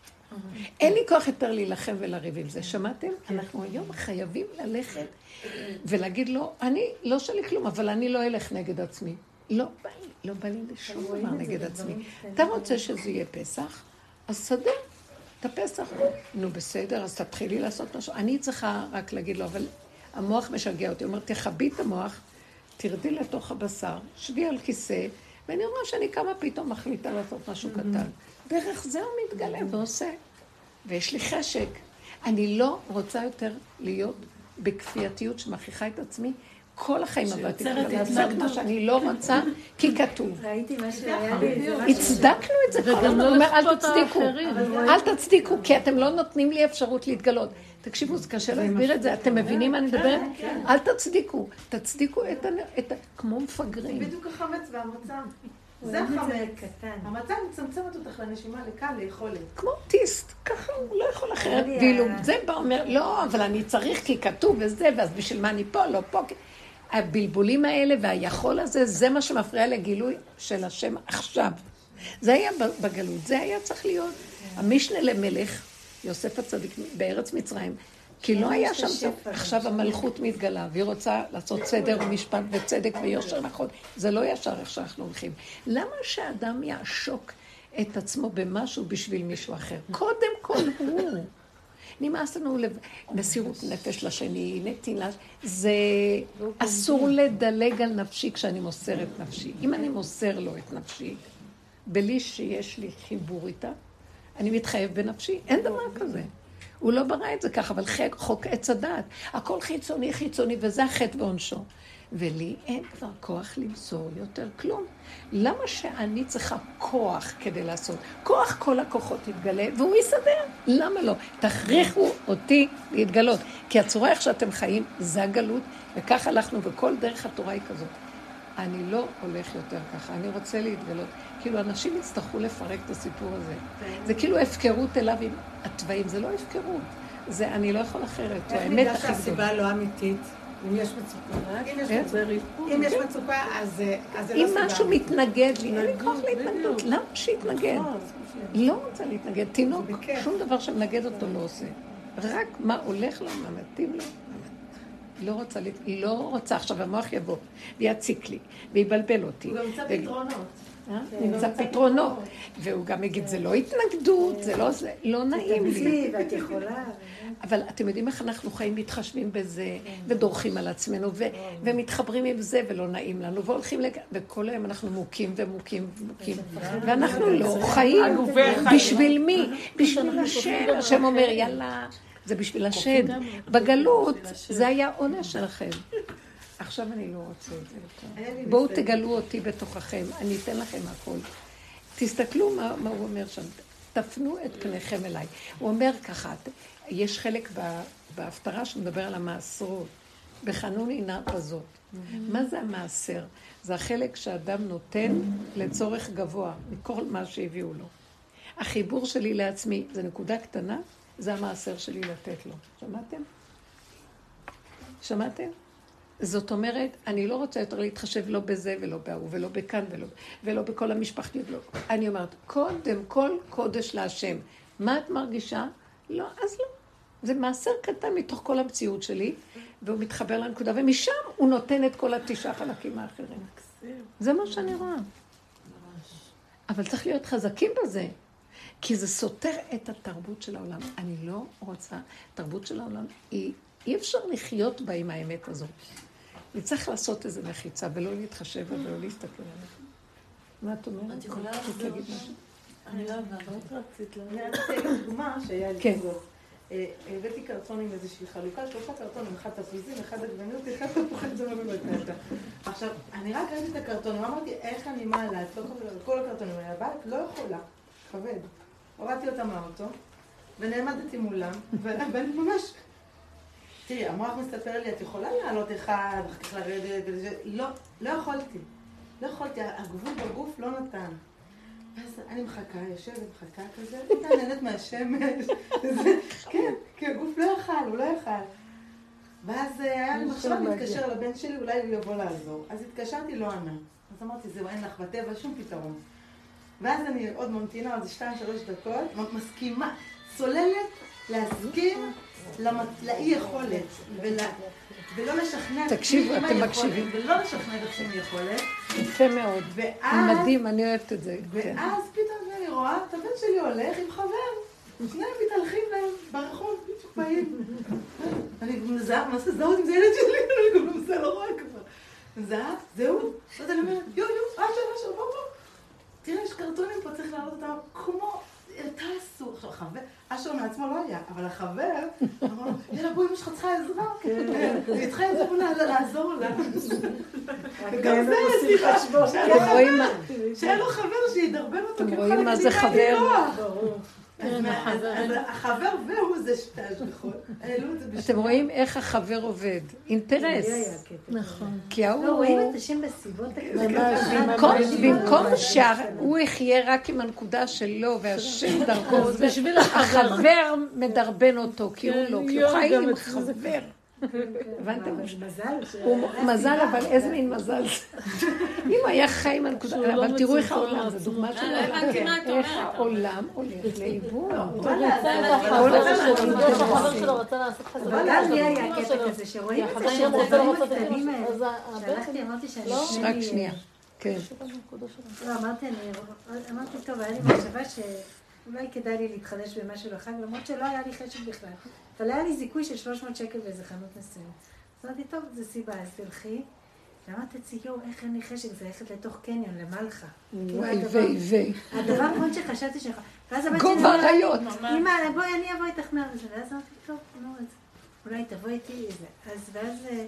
S1: אין לי כוח יותר להילחם ולריב עם זה. שמעתם? אנחנו היום חייבים ללכת ולהגיד לו, אני לא שלי כלום, אבל אני לא אלך נגד עצמי. לא בא לי לשום דבר נגד עצמי. אתה רוצה שזה יהיה פסח? אז סדר את הפסח. נו בסדר, אז תתחילי לעשות משהו. אני צריכה רק להגיד לו, אבל המוח משגע אותי. הוא אומר, תחבי את המוח, תרדי לתוך הבשר, שבי על כיסא, ואני רואה שאני כמה פתאום מחליטה לעשות משהו קטן. דרך זה הוא מתגלה ועושה. ויש לי חשק. אני לא רוצה יותר להיות בכפייתיות שמכריחה את עצמי. כל החיים עבדתי לעשות מה שאני לא רוצה, כי כתוב.
S3: ראיתי מה שהיה לי.
S1: הצדקנו את זה. וגם לא לכפות האחרים. אל תצדיקו, כי אתם לא נותנים לי אפשרות להתגלות. תקשיבו, זה קשה להסביר את זה. אתם מבינים מה אני מדברת? אל תצדיקו. תצדיקו את כמו מפגרים.
S2: זה בדיוק החמץ והמצה. זה החמץ. המצה מצמצמת אותך לנשימה, לקל, ליכולת.
S1: כמו טיסט, ככה הוא לא יכול אחרת. ואילו זה בא אומר, לא, אבל אני צריך כי כתוב וזה, ואז בשביל מה אני פה, לא פה. הבלבולים האלה והיכול הזה, זה מה שמפריע לגילוי של השם עכשיו. זה היה בגלות, זה היה צריך להיות. המשנה למלך, יוסף הצדיק בארץ מצרים, כי לא היה שם, עכשיו המלכות מתגלה, והיא רוצה לעשות סדר ומשפט וצדק ויושר נכון. זה לא ישר איך שאנחנו הולכים. למה שהאדם יעשוק את עצמו במשהו בשביל מישהו אחר? קודם כל הוא. נמאס לנו מסירות נפש לשני, נתינה. זה אסור לדלג על נפשי כשאני מוסר את נפשי. אם אני מוסר לו את נפשי, בלי שיש לי חיבור איתה, אני מתחייב בנפשי. אין דבר כזה. הוא לא ברא את זה ככה, אבל חוק עץ הדעת. הכל חיצוני, וזה החטא ועונשו. ולי אין כבר כוח למסור יותר כלום. למה שאני צריכה כוח כדי לעשות? כוח כל הכוחות יתגלה והוא יסדר. למה לא? תכריחו אותי להתגלות. כי הצורה איך שאתם חיים זה הגלות, וכך הלכנו, וכל דרך התורה היא כזאת. אני לא הולך יותר ככה, אני רוצה להתגלות. כאילו אנשים יצטרכו לפרק את הסיפור הזה. זה כאילו הפקרות אליו עם התוואים, זה לא הפקרות. זה אני לא יכול אחרת,
S7: איך נדע שהסיבה לא אמיתית? אם יש מצוקה, אם יש מצוקה, אז זה לא סיבה.
S1: אם משהו מתנגד לי, אין לי כוח להתנגדות, למה שיתנגד? לא רוצה להתנגד, תינוק, שום דבר שמנגד אותו לא עושה. רק מה הולך לו, מה מתאים לו. לא רוצה, עכשיו המוח יבוא ויציק לי, ויבלבל אותי.
S6: הוא גם ימצא פתרונות.
S1: נמצא פתרונות, והוא גם יגיד, זה לא התנגדות, זה לא נעים לי.
S3: ואת יכולה.
S1: אבל אתם יודעים איך אנחנו חיים, מתחשבים בזה, ודורכים על עצמנו, ומתחברים עם זה, ולא נעים לנו, והולכים וכל היום אנחנו מוכים ומוכים ומוכים, ואנחנו לא חיים. בשביל מי? בשביל השם. השם אומר, יאללה, זה בשביל השם. בגלות, זה היה עונש שלכם. עכשיו אני לא רוצה את זה יותר. בואו תגלו אותי בתוככם, אני אתן לכם הכל. תסתכלו מה הוא אומר שם, תפנו את פניכם אליי. הוא אומר ככה, יש חלק בהפטרה שמדבר על המעשרות, בחנוני נא בזאת. מה זה המעשר? זה החלק שאדם נותן לצורך גבוה, מכל מה שהביאו לו. החיבור שלי לעצמי, זה נקודה קטנה, זה המעשר שלי לתת לו. שמעתם? שמעתם? זאת אומרת, אני לא רוצה יותר להתחשב לא בזה ולא בהוא, ולא בכאן ולא בכל המשפחתיות. לא. אני אומרת, קודם כל קודש להשם. מה את מרגישה? לא, אז לא. זה מעשר קטן מתוך כל המציאות שלי, והוא מתחבר לנקודה, ומשם הוא נותן את כל 9 חלקים האחרים. זה מה שאני רואה. אבל צריך להיות חזקים בזה, כי זה סותר את התרבות של העולם. אני לא רוצה, התרבות של העולם אי אפשר לחיות בה עם האמת הזאת. אני צריך לעשות איזו מחיצה, ולא להתחשב ולא להסתכל עליה. מה את אומרת?
S6: את יכולה להגיד משהו? אני לא יודעת, רצית לה.
S2: אני רציתי להגיד דוגמה שהיה לי כזאת. הבאתי קרטון עם איזושהי חלוקה, 3 קרטונים, 1 תפוזים, 1 עגבניות, 1 תפוחי אדמה ובטטה. עכשיו, אני רק ראיתי את הקרטונים, אמרתי, איך אני מעלה את כל הקרטונים האלה הבית? לא יכולה, כבד. הורדתי אותם מהאוטו, ונעמדתי מולם, ואני ממש... תראי, המוח מסתפר לי, את יכולה לעלות אחד, אחר כך לרדת, לא יכולתי. לא יכולתי, הגבול בגוף לא נתן. ואז אני מחכה, יושבת, מחכה כזה, אני נהנית מהשמש. כן, כי הגוף לא יאכל, הוא לא יאכל. ואז היה לי מחשבה להתקשר לבן שלי, אולי הוא יבוא לעזור. אז התקשרתי, לא ענה. אז אמרתי, זהו, אין לך בטבע שום פתרון. ואז אני עוד ממתינה, עוד 2-3 דקות, מסכימה, צוללת להסכים לאי יכולת, ולא לשכנע את
S1: תקשיבו, אתם מקשיבים.
S2: ולא לשכנע את עצמי יכולת.
S1: יפה מאוד. מדהים, אני אוהבת את זה.
S2: ואז פתאום אני רואה, את הבן שלי הולך עם חבר. שניהם מתהלכים להם ברחוב, בדיוק באים. אני מזהה, מה זה זהות עם זה ילד שלי? אני גם לא מזהה, לא רואה כבר. מזהה, זהו. אז אני אומרת, יו, אשר, בוא. תראה, יש קרטונים פה, צריך להעלות אותם כמו... תעשו. עכשיו, החבר, אשר מעצמו לא היה, אבל החבר, אמר לו, יאללה, בואי, אמא שלך צריכה עזרה. היא צריכה עזרה, בוא לעזור לה. וגם זה, סליחה, שהיה לו חבר שידרבן אותו.
S1: אתם רואים מה זה חבר?
S2: אז החבר והוא זה 2 השגחות.
S1: אתם רואים איך החבר עובד, אינטרס.
S3: נכון.
S1: כי ההוא...
S3: לא, רואים את השם בסיבות
S1: במקום שהוא יחיה רק עם הנקודה שלו והשם דרכו, החבר מדרבן אותו, כי הוא חי עם חבר. הבנתם? מזל, אבל איזה מין מזל זה. אם היה חי עם הנקודה, אבל תראו איך העולם, זו דוגמה של העולם. איך העולם הולך לאיבוד.
S6: החבר שלו רצה לעשות חזרה.
S3: אבל גם לי היה קטע כזה, שרואים את זה שהדברים הקטנים האלה. שהלכתי, אמרתי שאני...
S1: רק שנייה. כן.
S3: לא, אמרתי, טוב, היה לי מחשבה שאולי כדאי לי להתחדש במשהו לחג, למרות שלא היה לי חשק בכלל. אבל היה לי זיכוי של 300 שקל באיזה חנות נסעים. אז אמרתי, טוב, זה סיבה, אז תלכי. ואמרתי, ציור, איך אין לי חשק? זה ללכת לתוך קניון, למלכה. הדבר מאוד שחשבתי שלך.
S1: גובה הריות.
S3: אמא, בואי, אני אבוא איתך מהר. ואז אמרתי, טוב, נו, אז אולי תבוא איתי. ואז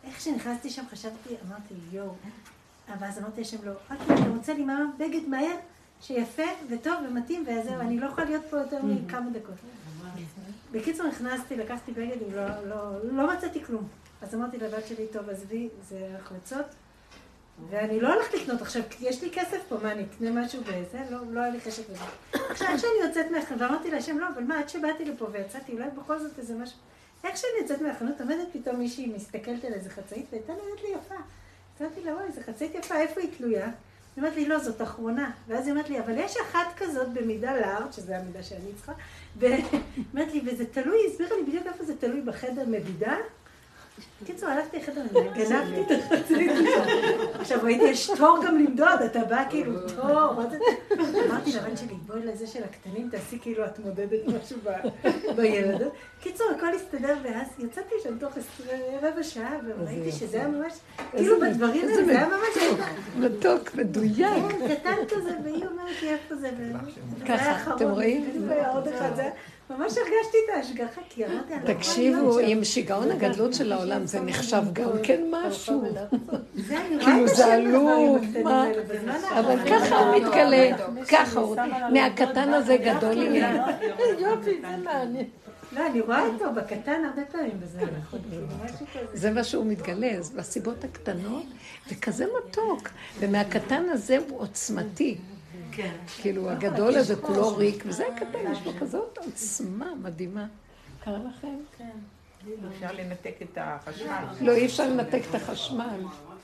S3: איך שנכנסתי שם חשבתי, אמרתי, יואו. ואז אמרתי לשם לא, אתה רוצה לי מה בגד מהר, שיפה וטוב ומתאים וזהו, אני לא יכולה להיות פה יותר מכמה דקות. בקיצור נכנסתי, לקחתי בגד, לא מצאתי כלום. אז אמרתי לבת שלי, טוב, עזבי, זה החלצות. ואני לא הולכת לקנות עכשיו, יש לי כסף פה, מה, אני אקנה משהו בזה? לא היה לי חשק בזה. עכשיו, איך שאני יוצאת מהחנות, ואמרתי להשם, לא, אבל מה, עד שבאתי לפה ויצאתי, אולי בכל זאת איזה משהו. איך שאני יוצאת מהחנות, עומדת פתאום מישהי מסתכלת על איזה חצאית, והייתה נראית לי יפה. אמרתי לה, וואי, איזה חצאית יפה, איפה היא תלויה? היא אומרת לי, לא, זאת אחרונה. ואז היא אומרת לי, אבל יש אחת כזאת במידה לארט, שזה המידה שאני צריכה, ואומרת לי, וזה תלוי, הסבירה לי בדיוק איפה זה תלוי בחדר מדידה. בקיצור, הלכתי לחדר מדידה, גנבתי את החצאית. עכשיו, ראיתי, יש תור גם למדוד, אתה בא כאילו, תור, מה זה? אמרתי לבן שלי, בואי לזה של הקטנים, תעשי כאילו את מודדת משהו בילדות. בקיצור, הכל הסתדר, ואז יצאתי שם תוך רבע שעה, וראיתי שזה היה ממש, כאילו בדברים האלה, זה היה ממש...
S1: מתוק, מדויק.
S3: כן, קטן כזה, והיא אומרת לי איפה זה,
S1: ככה, אתם רואים?
S3: עוד אחד זה... ממש הרגשתי את ההשגחה, כי אמרתי...
S1: תקשיבו, עם שיגעון הגדלות של העולם, זה נחשב גם כן משהו.
S3: כאילו
S1: זה עלוב, אבל ככה הוא מתגלה, ככה הוא, מהקטן הזה גדול יהיה.
S7: יופי, זה מעניין.
S3: לא, אני רואה אותו בקטן הרבה פעמים בזה, נכון?
S1: זה מה שהוא מתגלה, אז בסיבות הקטנות, וכזה מתוק, ומהקטן הזה הוא עוצמתי. כאילו הגדול הזה כולו ריק, וזה הקטן, יש לו כזאת עוצמה מדהימה. קרה לכם?
S5: כן. אפשר לנתק את החשמל.
S1: לא, אי אפשר לנתק את החשמל.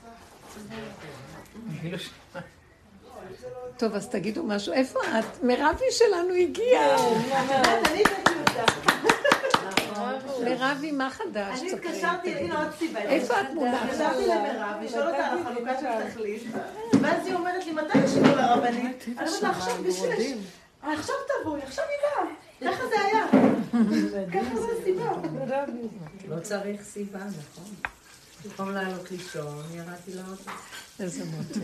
S1: טוב, אז תגידו משהו. איפה את? מירבי שלנו הגיעה.
S2: אני הבאתי אותה.
S1: מירבי, מה חדש?
S2: אני התקשרתי, הנה עוד סיבה.
S1: איפה את מונה?
S2: התקשרתי למירב, לשאול אותה על החלוקה של תחליף, ואז היא אומרת לי, מתי ישיבו לרבנית? אני אומרת לה, עכשיו בשביל... עכשיו תבואי, עכשיו היא באה. ככה זה היה. ככה זה הסיבה.
S7: לא צריך סיבה, נכון? במקום לעלות לישון, ירדתי לעלות.
S1: איזה מוטי.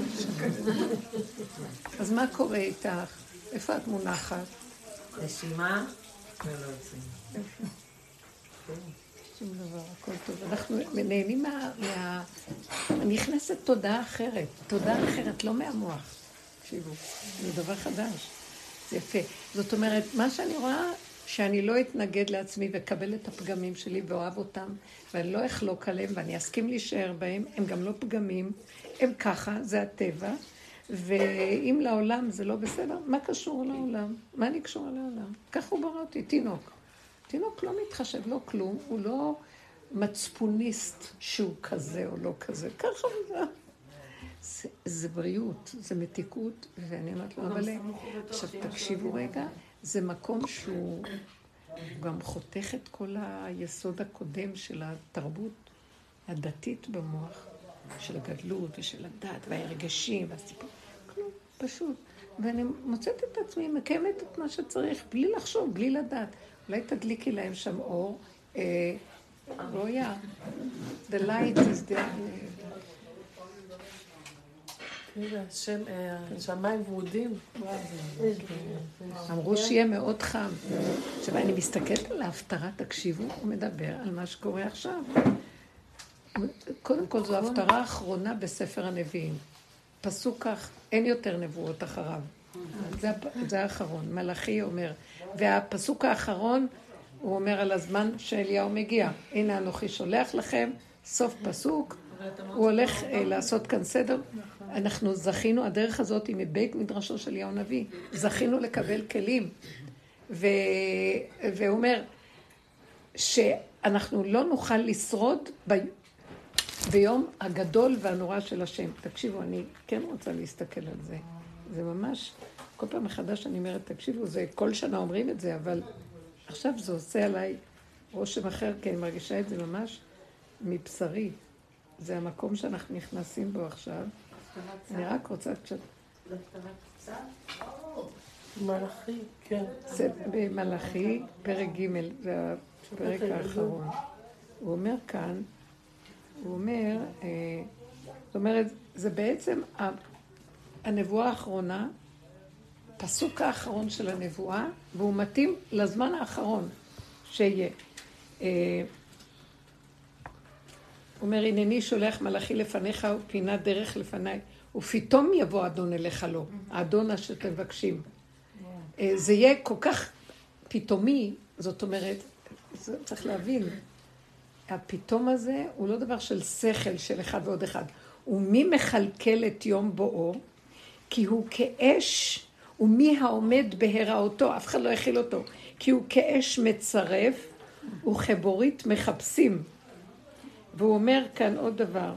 S1: אז מה קורה איתך? איפה את מונחת?
S7: נשימה ולא יוצאים.
S1: שום דבר, הכל טוב. אנחנו נהנים נכנסת תודעה אחרת. תודעה אחרת, לא מהמוח. תקשיבו, זה דבר חדש. זה יפה. זאת אומרת, מה שאני רואה, שאני לא אתנגד לעצמי וקבל את הפגמים שלי ואוהב אותם, ואני לא אחלוק עליהם, ואני אסכים להישאר בהם, הם גם לא פגמים, הם ככה, זה הטבע, ואם לעולם זה לא בסדר, מה קשור לעולם? מה אני קשורה לעולם? ככה הוא ברא אותי, תינוק. תינוק לא מתחשב, לא כלום, הוא לא מצפוניסט שהוא כזה או לא כזה, ככה וזה. זה בריאות, זה מתיקות, ואני אומרת לו, אבל עכשיו תקשיבו רגע, זה מקום שהוא גם חותך את כל היסוד הקודם של התרבות הדתית במוח, של הגדלות ושל הדת וההרגשים והסיפור, כלום, פשוט. ואני מוצאת את עצמי, מקיימת את מה שצריך, בלי לחשוב, בלי לדעת. אולי תדליקי להם שם אור, רויה, the light is there.
S7: שמיים ורודים.
S1: אמרו שיהיה מאוד חם. עכשיו, אני מסתכלת על ההפטרה, תקשיבו, הוא מדבר על מה שקורה עכשיו. קודם כל, זו ההפטרה האחרונה בספר הנביאים. פסוק כך, אין יותר נבואות אחריו. זה האחרון, מלאכי אומר. והפסוק האחרון, הוא אומר על הזמן שאליהו מגיע. הנה אנוכי שולח לכם, סוף פסוק. הוא הולך לעשות כאן סדר. אנחנו זכינו, הדרך הזאת היא מבית מדרשו של אליהו נביא. זכינו לקבל כלים. והוא אומר שאנחנו לא נוכל לשרוד ביום הגדול והנורא של השם. תקשיבו, אני כן רוצה להסתכל על זה. זה ממש, כל פעם מחדש אני אומרת, תקשיבו, זה כל שנה אומרים את זה, אבל עכשיו זה עושה עליי רושם אחר, כי אני מרגישה את זה ממש מבשרי. זה המקום שאנחנו נכנסים בו עכשיו. אני רק רוצה קצת...
S7: מלאכי, כן.
S1: זה במלאכי, פרק ג', זה הפרק האחרון. הוא אומר כאן, הוא אומר, זאת אומרת, זה בעצם הנבואה האחרונה, פסוק האחרון של הנבואה, והוא מתאים לזמן האחרון שיהיה. אומר, הנני שולח מלאכי לפניך ופינת דרך לפניי, ופתאום יבוא אדון אליך לו, האדון אשר תבקשים. זה יהיה כל כך פתאומי, זאת אומרת, צריך להבין, הפתאום הזה הוא לא דבר של שכל של אחד ועוד אחד, הוא מי מכלכל את יום בואו, כי הוא כאש, ומי העומד בהיראותו, אף אחד לא יכיל אותו, כי הוא כאש מצרף, וכבורית מחפשים. והוא אומר כאן עוד דבר,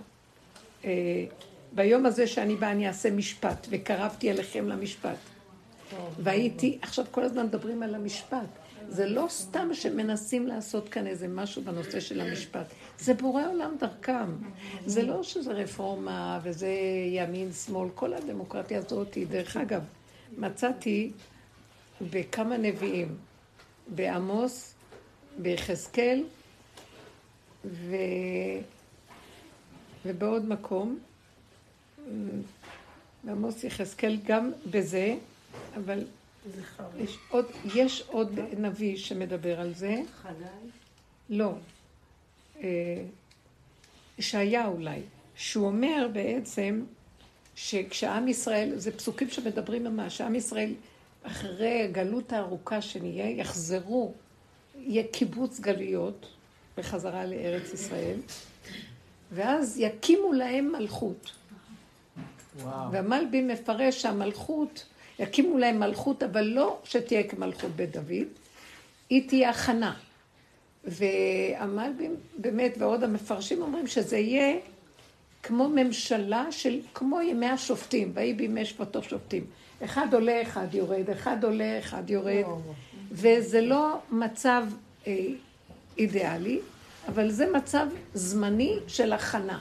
S1: ביום הזה שאני באה אני אעשה משפט, וקרבתי אליכם למשפט. והייתי, עכשיו כל הזמן מדברים על המשפט, זה לא סתם שמנסים לעשות כאן איזה משהו בנושא של המשפט, זה בורא עולם דרכם, זה לא שזה רפורמה וזה ימין, שמאל, כל הדמוקרטיה הזאת, דרך אגב, מצאתי בכמה נביאים, בעמוס, ביחזקאל, ובעוד מקום, בעמוס יחזקאל גם בזה, אבל יש עוד נביא שמדבר על זה.
S3: חגי?
S1: לא. ישעיה אולי, שהוא אומר בעצם שכשעם ישראל, זה פסוקים שמדברים ממש, שעם ישראל אחרי הגלות הארוכה שנהיה, יחזרו, יהיה קיבוץ גלויות בחזרה לארץ ישראל, ואז יקימו להם מלכות. והמלבי מפרש שהמלכות, יקימו להם מלכות, אבל לא שתהיה כמלכות בית דוד, היא תהיה הכנה. והמלבים באמת, ועוד המפרשים אומרים שזה יהיה כמו ממשלה של, כמו ימי השופטים, ויהי בימי שפטו שופטים. אחד עולה, אחד יורד, אחד עולה, אחד יורד, וזה לא מצב אידיאלי, אבל זה מצב זמני של הכנה.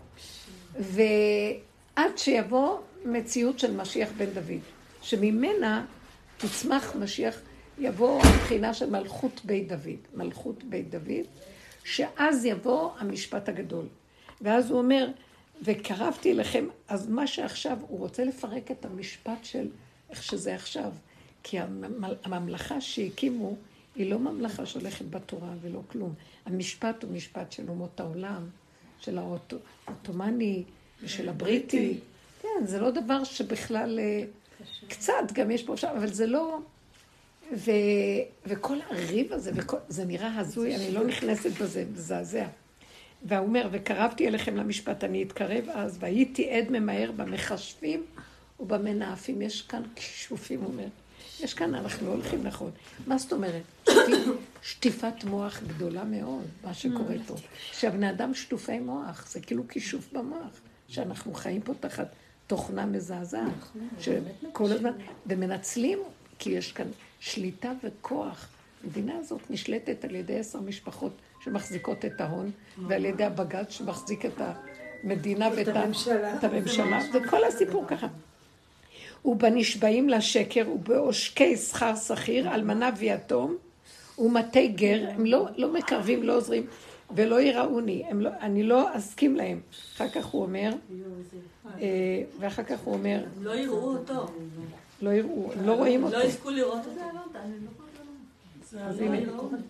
S1: ועד שיבוא מציאות של משיח בן דוד, שממנה תצמח משיח, יבוא הבחינה של מלכות בית דוד, מלכות בית דוד, שאז יבוא המשפט הגדול. ואז הוא אומר, וקרבתי לכם, אז מה שעכשיו, הוא רוצה לפרק את המשפט של איך שזה עכשיו, כי הממלכה שהקימו, היא לא ממלכה שהולכת בתורה ולא כלום. המשפט הוא משפט של אומות העולם, של העות'מאני ושל הבריטי. כן, זה לא דבר שבכלל, קצת גם יש פה עכשיו, אבל זה לא... וכל הריב הזה, זה נראה הזוי, אני לא נכנסת בזה, מזעזע. והוא אומר, וקרבתי אליכם למשפט, אני אתקרב אז, והייתי עד ממהר במחשבים ובמנאפים. יש כאן כישופים, הוא אומר. יש כאן, אנחנו לא הולכים נכון. מה זאת אומרת? שטיפת מוח גדולה מאוד, מה שקורה פה. שהבני אדם שטופי מוח, זה כאילו כישוף במוח, שאנחנו חיים פה תחת תוכנה מזעזעת, שכל הזמן, ומנצלים, כי יש כאן שליטה וכוח. המדינה הזאת נשלטת על ידי 10 משפחות שמחזיקות את ההון, ועל ידי הבג"ץ שמחזיק את המדינה ואת הממשלה. זה כל הסיפור ככה. ובנשבעים לשקר, ובעושקי שכר שכיר, אלמנה ויתום, ומתי גר, הם לא מקרבים, לא עוזרים, ולא יראוני, אני לא אסכים להם. אחר כך הוא אומר, ואחר כך הוא אומר,
S6: לא יראו אותו.
S1: לא יראו, הם לא רואים אותו.
S6: לא יזכו לראות את זה.
S1: אז הנה.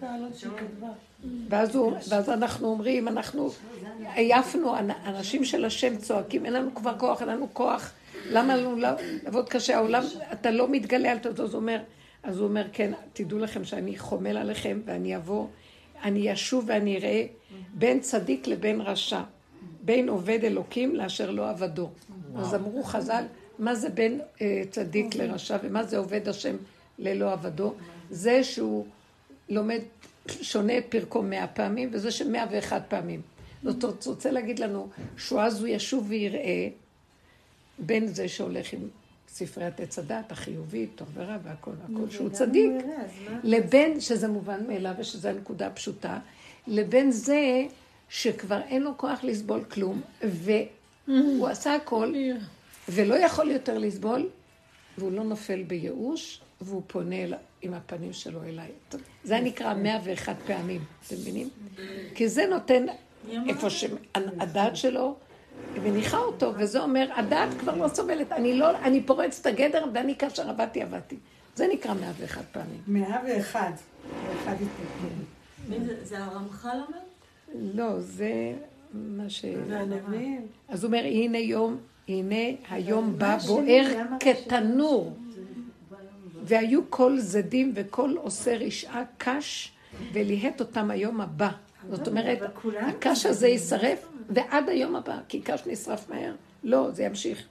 S1: ואז אנחנו אומרים, אנחנו עייפנו, אנשים של השם צועקים, אין לנו כבר כוח, אין לנו כוח, למה לנו לעבוד קשה, העולם, אתה לא מתגלה על תודו, אז הוא אומר, כן, תדעו לכם שאני חומל עליכם, ואני אבוא, אני אשוב ואני אראה, בין צדיק לבין רשע, בין עובד אלוקים לאשר לא עבדו. אז אמרו חז"ל, מה זה בין צדיק לרשע, ומה זה עובד השם ללא עבדו? זה שהוא לומד שונה פרקו 100 פעמים, וזה ש101 פעמים. זאת רוצה להגיד לנו, שאז הוא ישוב ויראה, בין זה שהולך עם ספריית עץ הדת, החיובי, טוב ורע והכל, שהוא צדיק, לבין, שזה מובן מאליו ושזה הנקודה הפשוטה, לבין זה שכבר אין לו כוח לסבול כלום, והוא עשה הכל, ולא יכול יותר לסבול, והוא לא נופל בייאוש, והוא פונה עם הפנים שלו אליי. זה נקרא 101 פעמים, אתם מבינים? כי זה נותן איפה שהדעת שלו, מניחה אותו, וזה אומר, הדעת כבר לא סובלת, אני פורץ את הגדר, ואני כאשר עבדתי. זה נקרא 101 פעמים.
S7: 101.
S6: זה הרמח"ל אומר?
S1: לא, זה מה ש...
S7: והנביאים.
S1: אז הוא אומר, הנה היום בא בוער כתנור. והיו כל זדים וכל עושה רשעה קש, וליהט אותם היום הבא. זאת אומרת, הקש הזה יישרף, ועד היום הבא, כי קש נשרף מהר. לא, זה ימשיך.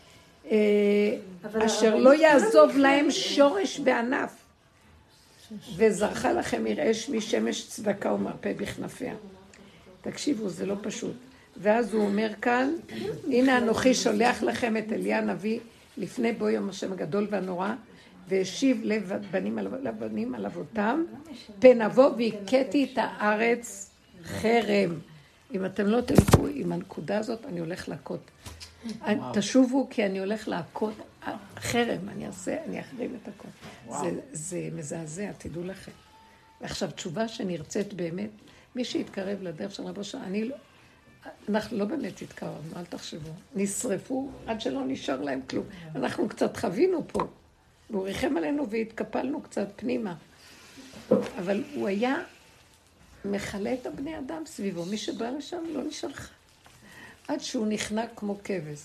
S1: אשר לא יעזוב להם שורש בענף, וזרחה לכם ירעש משמש צדקה ומרפא בכנפיה. תקשיבו, זה לא פשוט. ואז הוא אומר כאן, הנה אנוכי שולח לכם את אליה הנביא לפני בוא יום השם הגדול והנורא, והשיב לב בנים על אבותם, פן אבוא והכיתי את הארץ חרם. אם אתם לא תלכו עם הנקודה הזאת, אני הולך להכות. תשובו כי אני הולך להכות חרם, אני אחרים את הכל. זה מזעזע, תדעו לכם. עכשיו, תשובה שנרצית באמת, מי שיתקרב לדרך של רבו שעה, אנחנו לא באמת התקרבנו, אל תחשבו. נשרפו עד שלא נשאר להם כלום. אנחנו קצת חווינו פה. והוא ריחם עלינו והתקפלנו קצת פנימה. אבל הוא היה מחלה את הבני אדם סביבו. מי שבא לשם לא נשאר לך. עד שהוא נחנק כמו כבש.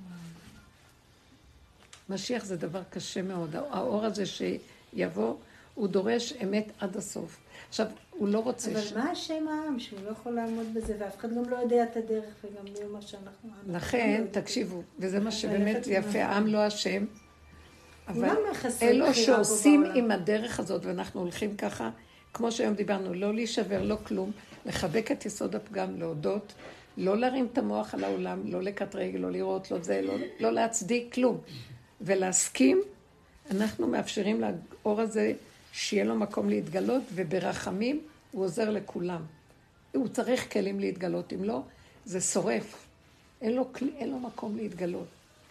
S1: משיח זה דבר קשה מאוד. האור הזה שיבוא, הוא דורש אמת עד הסוף. עכשיו, הוא לא רוצה...
S3: אבל מה השם העם? שהוא לא יכול לעמוד בזה, ואף אחד גם לא יודע את הדרך, וגם לא מה שאנחנו...
S1: לכן, תקשיבו, וזה מה שבאמת יפה, העם לא השם, אבל אלו שעושים עם הדרך הזאת, ואנחנו הולכים ככה, כמו שהיום דיברנו, לא להישבר, לא כלום, לחבק את יסוד הפגם, להודות, לא להרים את המוח על העולם, לא לקטרג, לא לראות, לא זה, לא להצדיק כלום, ולהסכים, אנחנו מאפשרים לאור הזה שיהיה לו מקום להתגלות, וברחמים הוא עוזר לכולם. הוא צריך כלים להתגלות, אם לא, זה שורף. אין לו מקום להתגלות.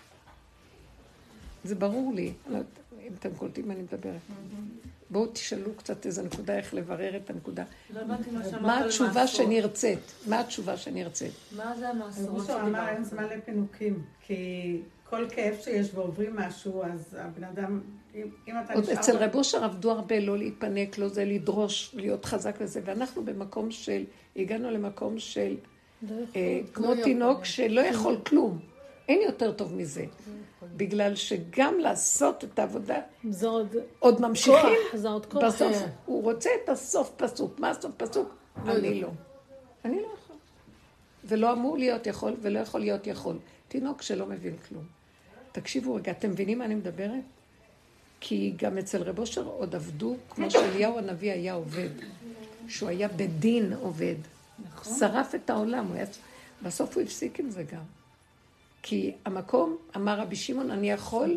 S1: זה ברור לי, אם אתם קולטים מה אני מדברת. בואו תשאלו קצת איזו נקודה, איך לברר את הנקודה. מה התשובה שנרצית? מה התשובה שנרצית?
S6: מה זה המעשרות
S7: הוא אמר, אין זמן לפינוקים, כי כל כאב שיש ועוברים משהו, אז הבן אדם, אם אתה נשאר...
S1: אצל רב אושר עבדו הרבה לא להיפנק, לא זה לדרוש, להיות חזק לזה, ואנחנו במקום של, הגענו למקום של, כמו תינוק שלא יכול כלום. אין יותר טוב מזה. בגלל שגם לעשות את העבודה, עוד ממשיכים, בסוף הוא רוצה את הסוף פסוק. מה הסוף פסוק? אני לא. אני לא יכול. ולא אמור להיות יכול, ולא יכול להיות יכול. תינוק שלא מבין כלום. תקשיבו רגע, אתם מבינים מה אני מדברת? כי גם אצל רב אושר עוד עבדו, כמו שאליהו הנביא היה עובד. שהוא היה בדין עובד. שרף את העולם. בסוף הוא הפסיק עם זה גם. כי המקום, אמר רבי שמעון, אני יכול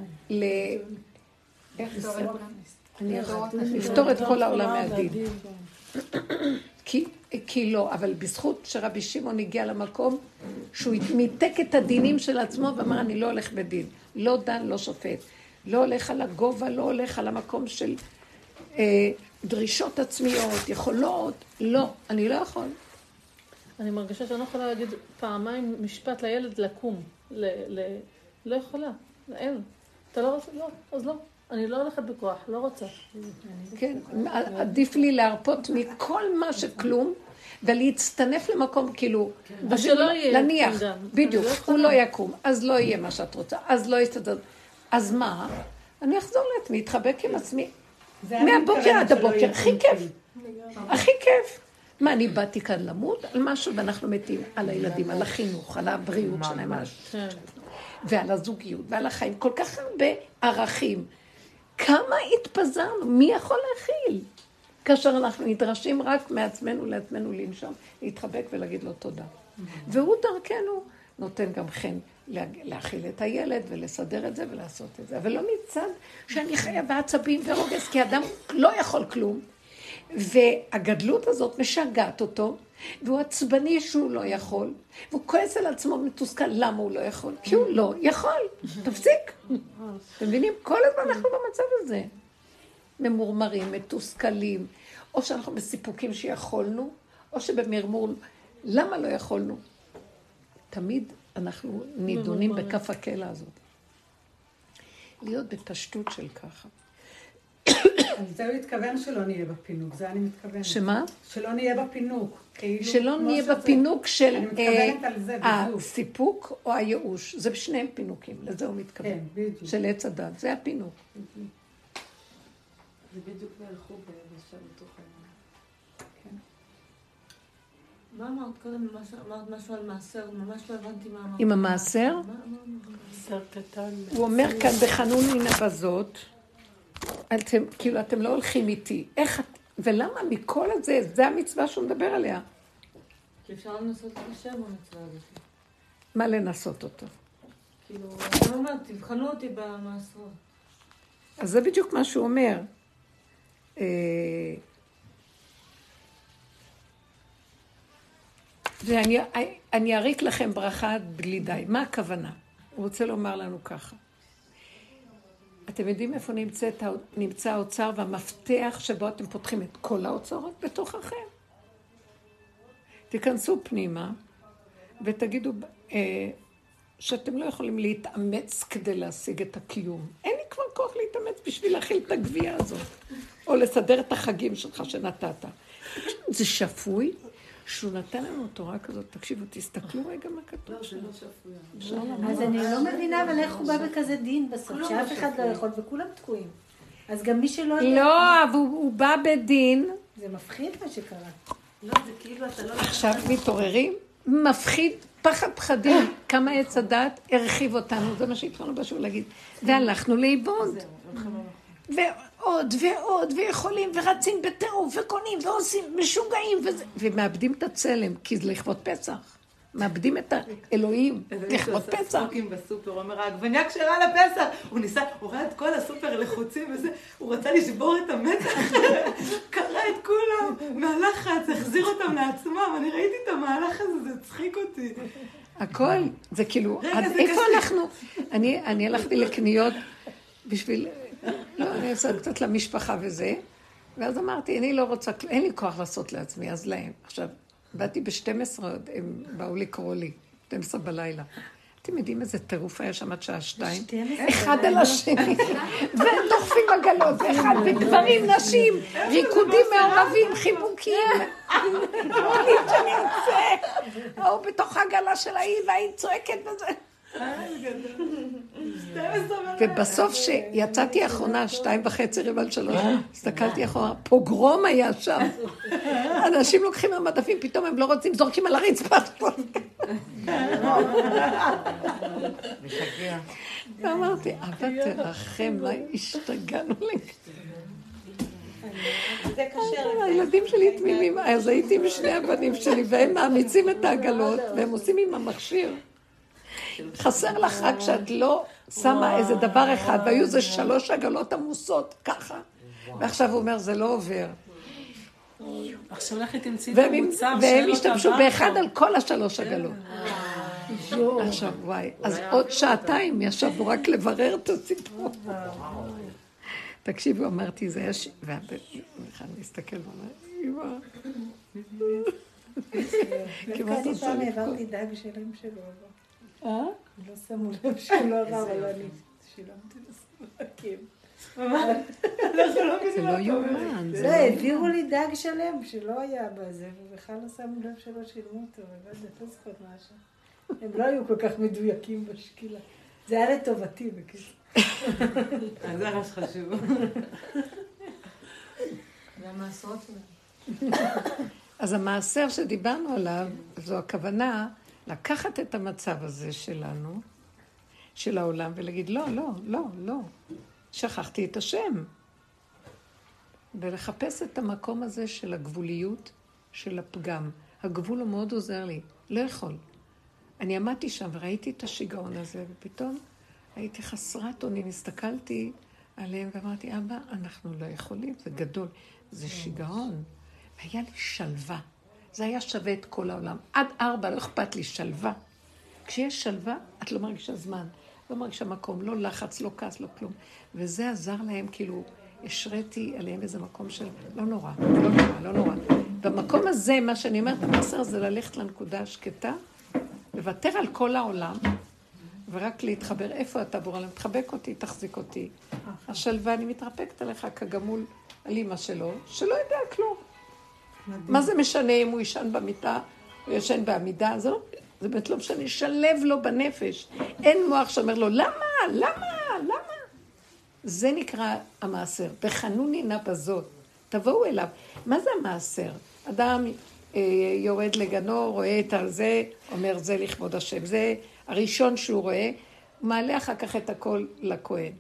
S1: לפתור את כל העולם מהדין. כי לא, אבל בזכות שרבי שמעון הגיע למקום, שהוא מיתק את הדינים של עצמו, ואמר, אני לא הולך בדין. לא דן, לא שופט. לא הולך על הגובה, לא הולך על המקום של דרישות עצמיות, יכולות. לא, אני לא יכול.
S8: אני מרגישה שאני לא יכולה להגיד פעמיים משפט לילד לקום. לא יכולה, אין. אתה לא רוצה? לא, אז לא. אני לא הולכת בכוח, לא רוצה.
S1: כן, עדיף לי להרפות מכל מה שכלום, ולהצטנף למקום כאילו,
S8: ושלא יהיה.
S1: להניח, בדיוק, הוא לא יקום, אז לא יהיה מה שאת רוצה, אז לא יסתדר. אז מה? אני אחזור לעצמי, אתחבק עם עצמי. מהבוקר עד הבוקר, הכי כיף. הכי כיף. מה, אני באתי כאן למות על משהו, ואנחנו מתים על הילדים, על החינוך, על הבריאות שלהם, ועל הזוגיות, ועל החיים. כל כך הרבה ערכים. כמה התפזרנו? מי יכול להכיל? כאשר אנחנו נדרשים רק מעצמנו לעצמנו לנשום, להתחבק ולהגיד לו תודה. והוא דרכנו נותן גם חן להכיל את הילד ולסדר את זה ולעשות את זה. אבל לא מצד שאני חיה בעצבים ורוגז, כי אדם לא יכול כלום. והגדלות הזאת משגעת אותו, והוא עצבני שהוא לא יכול, והוא כועס על עצמו מתוסכל, למה הוא לא יכול? כי הוא לא יכול, תפסיק. אתם מבינים? כל הזמן אנחנו במצב הזה. ממורמרים, מתוסכלים, או שאנחנו בסיפוקים שיכולנו, או שבמרמור, למה לא יכולנו? תמיד אנחנו נידונים בכף הקלע הזאת. להיות בפשטות של ככה.
S7: על זה הוא התכוון שלא נהיה בפינוק, זה אני מתכוונת.
S1: שמה?
S7: שלא נהיה בפינוק.
S1: שלא נהיה בפינוק של
S7: אני מתכוונת על זה בדיוק.
S1: הסיפוק או הייאוש. זה בשניהם פינוקים, לזה הוא מתכוון.
S7: כן, בדיוק.
S1: של עץ הדת, זה הפינוק.
S2: זה בדיוק והלכו בשם בתוך העניין.
S6: מה אמרת קודם? אמרת משהו על מעשר, ממש לא הבנתי מה אמרת.
S1: עם המעשר?
S8: מעשר קטן.
S1: הוא אומר כאן בחנונים בזאת, כאילו אתם לא הולכים איתי. איך, ולמה מכל הזה, זה המצווה שהוא מדבר עליה.
S6: כי אפשר לנסות את השם במצווה הזאת.
S1: מה לנסות אותו?
S6: כאילו, אני אומרת, תבחנו אותי במעשרות.
S1: אז זה בדיוק מה שהוא אומר. ואני אריק לכם ברכה בלי די. מה הכוונה? הוא רוצה לומר לנו ככה. אתם יודעים איפה נמצא האוצר והמפתח שבו אתם פותחים את כל האוצרות בתוככם? תיכנסו פנימה ותגידו שאתם לא יכולים להתאמץ כדי להשיג את הקיום. אין לי כבר כוח להתאמץ בשביל להכיל את הגבייה הזאת. או לסדר את החגים שלך שנתת. זה שפוי שהוא נתן לנו תורה כזאת. תקשיבו, תסתכלו רגע מה כתוב.
S2: לא, זה לא שפוי.
S3: אז אני לא מבינה, אבל איך הוא בא בכזה דין בסוף, שאף אחד לא יכול וכולם תקועים. אז גם מי שלא...
S1: לא, אבל הוא בא בדין.
S3: זה מפחיד מה שקרה.
S2: לא, זה כאילו אתה לא...
S1: עכשיו מתעוררים, מפחיד, פחד פחדים, כמה עץ הדת הרחיב אותנו, זה מה שהתחלנו בשביל להגיד. והלכנו לאיבוד. ועוד ועוד, ויכולים, ורצים בטירוף, וקונים, ועושים, משוגעים, ומאבדים את הצלם, כי זה לכבוד פסח. מאבדים את האלוהים, לכבוד פסח.
S2: עושה צחוקים בסופר, הוא אומר, העגבניה כשרה לפסח. הוא ניסה, הוא ראה את כל הסופר לחוצים וזה, הוא רצה לשבור את המתח, קרא את כולם, מהלחץ, החזיר אותם לעצמם, אני ראיתי את המהלך הזה, זה צחיק אותי.
S1: הכל, זה כאילו, איפה אנחנו? אני הלכתי לקניות בשביל... לא, אני עושה קצת למשפחה וזה, ואז אמרתי, אני לא רוצה, אין לי כוח לעשות לעצמי, אז להם. עכשיו, באתי ב-12, הם באו לקרוא לי, 12 בלילה. אתם יודעים איזה טירוף היה שם עד שעה 2? אחד על השני, ודוחפים עגלות, ואחד בגברים, נשים, ריקודים מעורבים, חיבוקים. אמרתי שאני יוצא, הוא בתוך העגלה של ההיא, והיא צועקת וזה. ובסוף שיצאתי האחרונה, 2:30, 3:45, הסתכלתי אחורה, פוגרום היה שם. אנשים לוקחים מהמדפים, פתאום הם לא רוצים, זורקים על הרצפה. ואמרתי, אבא תרחם, מה השתגענו הילדים שלי תמימים, אז הייתי עם שני הבנים שלי, והם מאמיצים את העגלות, והם עושים עם המכשיר. חסר לך רק שאת לא שמה איזה דבר אחד, והיו זה 3 עגלות עמוסות, ככה. ועכשיו הוא אומר, זה לא עובר.
S8: עכשיו לכי תמצאי את המוצר
S1: והם השתמשו באחד על כל 3 עגלות. עכשיו, וואי, אז עוד 2 ישבנו רק לברר את הסיפור. תקשיבו, אמרתי, זה היה ואחד מסתכל ואומר, אמא.
S3: כמעט פעם העברתי דג שלם שלו. לא שמו לב שהוא לא עבר, אבל אני שילמתי לספקים.
S1: זה לא יומן.
S3: לא, העבירו לי דג שלם שלא היה בזה, ובכלל לא שמו לב שלא שילמו אותו, אבל לא זוכרת משהו. הם לא היו כל כך מדויקים בשקילה. זה היה לטובתי, בקיצור.
S2: אז זה ממש חשוב.
S6: זה המעשרות שלנו.
S1: אז המעשר שדיברנו עליו, זו הכוונה לקחת את המצב הזה שלנו, של העולם, ולהגיד, לא, לא, לא, לא. שכחתי את השם. ולחפש את המקום הזה של הגבוליות, של הפגם. הגבול הוא מאוד עוזר לי. לא יכול. אני עמדתי שם וראיתי את השיגעון הזה, ופתאום הייתי חסרת אונים, הסתכלתי עליהם ואמרתי, אבא, אנחנו לא יכולים, זה גדול. זה שיגעון. והיה לי שלווה. זה היה שווה את כל העולם. עד 4 לא אכפת לי שלווה. כשיש שלווה, את לא מרגישה זמן. לא מרגישה מקום, לא לחץ, לא כעס, לא כלום. וזה עזר להם, כאילו, השריתי עליהם איזה מקום של, לא נורא, לא נורא, לא נורא. במקום הזה, מה שאני אומרת, המסר זה ללכת לנקודה השקטה, לוותר על כל העולם, ורק להתחבר. איפה אתה בורא להם? תחבק אותי, תחזיק אותי. השלווה, אני מתרפקת עליך כגמול על אמא שלו, שלא יודע כלום. מה זה משנה אם הוא ישן במיטה, הוא ישן בעמידה? זה באמת לא משנה, שלב לו בנפש. אין מוח שאומר לו, למה? זה נקרא המעשר. בחנוני נא בזאת. תבואו אליו. מה זה המעשר? אדם יורד לגנו, רואה את זה, אומר זה לכבוד השם. זה הראשון שהוא רואה, הוא מעלה אחר כך את הכל לכהן.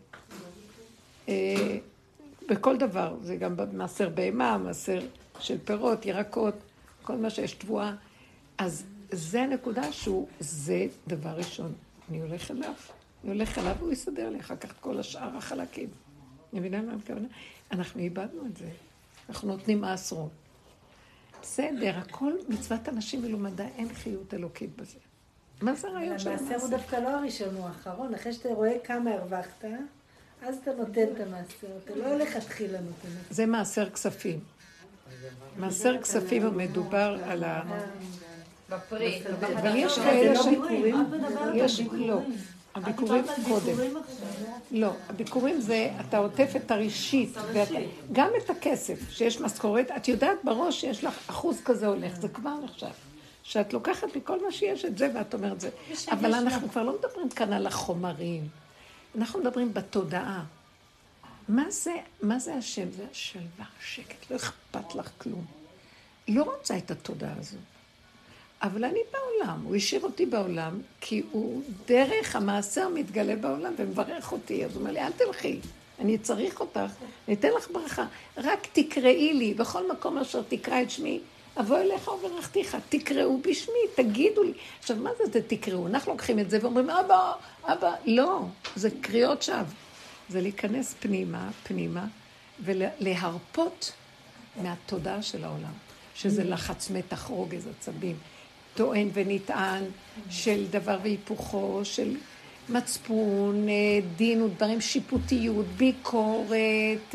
S1: בכל דבר, זה גם מעשר בהמה, מעשר של פירות, ירקות, כל מה שיש תבואה. אז זה הנקודה זה דבר ראשון. אני הולך אליו, הוא יסדר לי אחר כך את כל השאר החלקים. אני מבינה מה הכוונה? אנחנו איבדנו את זה. אנחנו נותנים מעשרות. בסדר, הכל מצוות אנשים מלומדה, אין חיות אלוקית בזה. מה זה הרעיון של המעשר?
S3: המעשר הוא דווקא לא הראשון, הוא האחרון. אחרי שאתה רואה כמה הרווחת, אז אתה נותן את המעשר. אתה לא הולך להתחיל נותן. זה
S1: מעשר כספים. מעשר כספים הוא מדובר על ה...
S4: בפרי.
S1: אבל יש כאלה לא. הביקורים קודם. לא, הביקורים זה, אתה עוטף את הראשית, גם את הכסף, שיש משכורת, את יודעת בראש שיש לך אחוז כזה הולך, זה כבר עכשיו. שאת לוקחת מכל מה שיש את זה, ואת אומרת זה. אבל אנחנו כבר לא מדברים כאן על החומרים. אנחנו מדברים בתודעה. מה זה השם? זה השלווה, שקט, לא אכפת לך כלום. לא רוצה את התודעה הזו. אבל אני בעולם, הוא השאיר אותי בעולם, כי הוא דרך המעשר מתגלה בעולם ומברך אותי. אז הוא אומר לי, אל תלכי, אני צריך אותך, אני אתן לך ברכה. רק תקראי לי, בכל מקום אשר תקרא את שמי, אבוא אליך וברכתיך, תקראו בשמי, תגידו לי. עכשיו, מה זה תקראו? אנחנו לוקחים את זה ואומרים, אבא, לא, זה קריאות שווא. זה להיכנס פנימה, ולהרפות מהתודעה של העולם, שזה לחץ מתח, רוגז, עצבים. טוען ונטען של דבר והיפוכו, של מצפון, דין ודברים, שיפוטיות, ביקורת,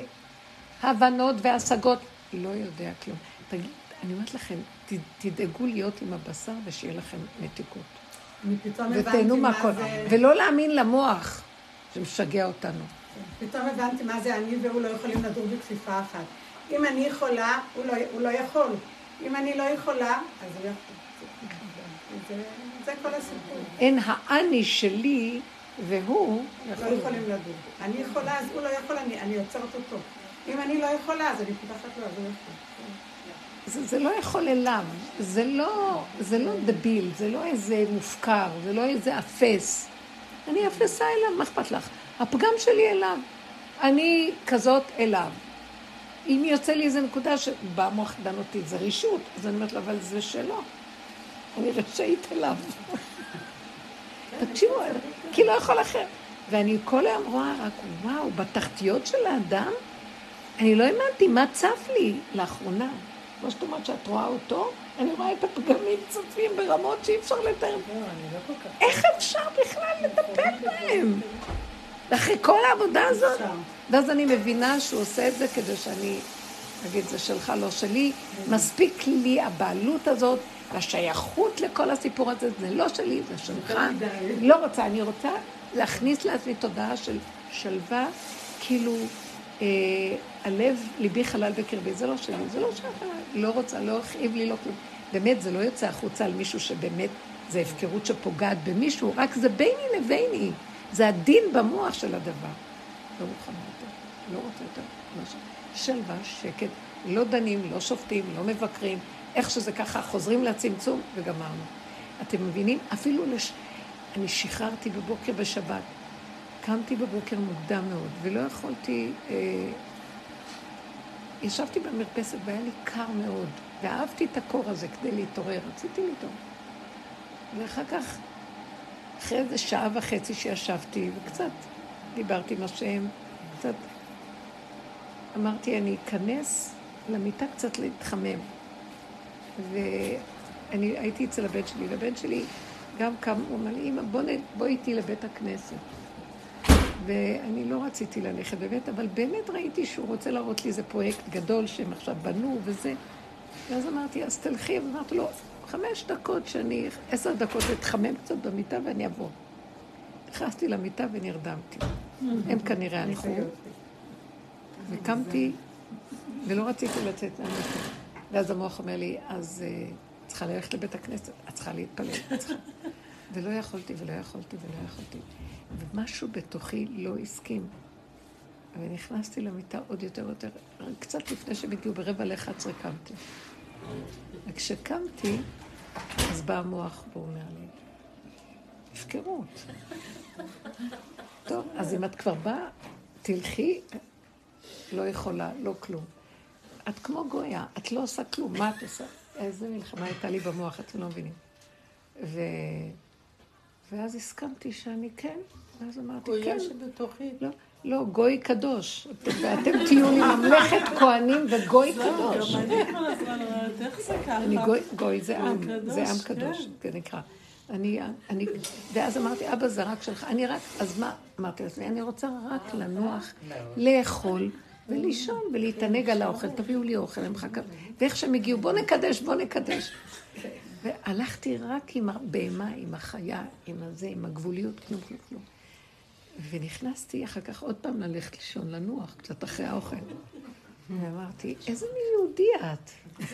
S1: הבנות והשגות. לא יודע כלום. אני אומרת לכם, תדאגו להיות עם הבשר ושיהיה לכם מתיקות. ותהנו מהכל. ולא להאמין למוח שמשגע אותנו.
S7: פתאום הבנתי מה זה אני והוא לא יכולים לדור בכפיפה אחת. אם אני יכולה, הוא לא יכול. אם אני לא יכולה, אז הוא יכול. זה כל הסיפור.
S1: אין האני שלי והוא
S7: לא יכולים לדור. אני יכולה, אז הוא לא יכול, אני יוצרת אותו. אם אני לא יכולה, אז אני פותחת לו, אז הוא יכול.
S1: זה לא יכול אליו, זה לא דביל, זה לא איזה מופקר, זה לא איזה אפס. אני אפסה אליו, מה אכפת לך? הפגם שלי אליו. אני כזאת אליו. אם יוצא לי איזו נקודה שבא מוח דן אותי, זה רישות, אז אני אומרת לה, אבל זה שלו. אני רשאית אליו. תקשיבו, כי לא יכול אחר. ואני כל היום רואה רק, וואו, בתחתיות של האדם, אני לא האמנתי, מה צף לי לאחרונה? כמו שאת אומרת שאת רואה אותו, אני רואה את הפגמים צפים ברמות שאי אפשר לתאר. איך אפשר בכלל לטפל בהם? אחרי כל העבודה הזאת, ואז אני מבינה שהוא עושה את זה כדי שאני אגיד, זה שלך, לא שלי, מספיק לי הבעלות הזאת, והשייכות לכל הסיפור הזה, זה לא שלי, זה שלך. לא רוצה, אני רוצה להכניס לעצמי תודעה של שלווה, כאילו הלב, ליבי חלל בקרבי, זה לא שלי, זה לא שלך, לא רוצה, לא הכאיב לי, לא כלום. באמת, זה לא יוצא החוצה על מישהו שבאמת זה הפקרות שפוגעת במישהו, רק זה ביני לביני. זה הדין במוח של הדבר. לא מוכן יותר, לא רוצה יותר. שלווה, שקט, לא דנים, לא שופטים, לא מבקרים. איך שזה ככה, חוזרים לצמצום וגמרנו. אתם מבינים? אפילו אני שחררתי בבוקר בשבת. קמתי בבוקר מוקדם מאוד, ולא יכולתי... ישבתי במרפסת והיה לי קר מאוד, ואהבתי את הקור הזה כדי להתעורר. רציתי להתעורר. ואחר כך... אחרי איזה שעה וחצי שישבתי, וקצת דיברתי עם השם, קצת אמרתי, אני אכנס למיטה קצת להתחמם. ואני הייתי אצל הבן שלי, והבן שלי גם קם, הוא אמר לי, אמא, בואי איתי לבית הכנסת. ואני לא רציתי ללכת בבית, אבל באמת ראיתי שהוא רוצה להראות לי איזה פרויקט גדול שהם עכשיו בנו וזה. ואז אמרתי, אז תלכי, ואמרתי לו, 5 דקות 10 דקות להתחמם קצת במיטה ואני אבוא. נכנסתי למיטה ונרדמתי. הם כנראה הלכו, וקמתי, ולא רציתי לצאת מהמיטה. ואז המוח אומר לי, אז צריכה ללכת לבית הכנסת, את צריכה להתפלל, את צריכה... ולא יכולתי. ומשהו בתוכי לא הסכים. ונכנסתי למיטה עוד יותר, קצת לפני שהם הגיעו ב10:45 קמתי. וכשקמתי, אז בא המוח והוא אומר לי, הפקרות. טוב, אז אם את כבר באה, תלכי, לא יכולה, לא כלום. את כמו גויה, את לא עושה כלום, מה את עושה? איזה מלחמה הייתה לי במוח, אתם לא מבינים. ואז הסכמתי שאני כן, ואז אמרתי כן.
S7: גויה שבתוכי.
S1: לא, גוי קדוש. ואתם תהיו לי ממלכת כהנים וגוי קדוש.
S6: גם אני כל הזמן אומרת, איך זה ככה?
S1: גוי זה עם קדוש, זה נקרא. ואז אמרתי, אבא זה רק שלך, אז מה? אמרתי לעצמי, אני רוצה רק לנוח, לאכול ולישון ולהתענג על האוכל, תביאו לי אוכל, הם מחכה. ואיך שהם הגיעו, בוא נקדש. והלכתי רק עם הבהמה, עם החיה, עם הזה, עם הגבוליות, כלום. ונכנסתי אחר כך עוד פעם ללכת לישון, לנוח, קצת אחרי האוכל. ואמרתי, איזה מין יהודי את?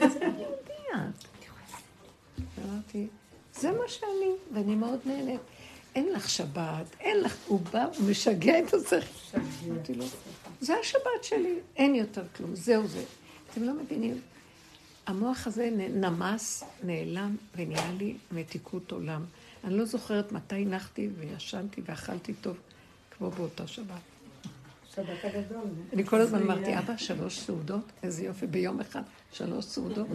S1: ואמרתי, זה מה שאני, ואני מאוד נהנית. אין לך שבת, אין לך, הוא בא, הוא משגע את השכל. אמרתי לו, זה השבת שלי, אין יותר כלום, זהו זה. אתם לא מבינים? המוח הזה נמס, נעלם, ונהיה לי מתיקות עולם. אני לא זוכרת מתי נחתי וישנתי ואכלתי טוב, כמו באותה שבת.
S7: שבת הגדול.
S1: אני כל הזמן אמרתי, אבא, 3 סעודות, איזה יופי, ביום אחד, 3 סעודות.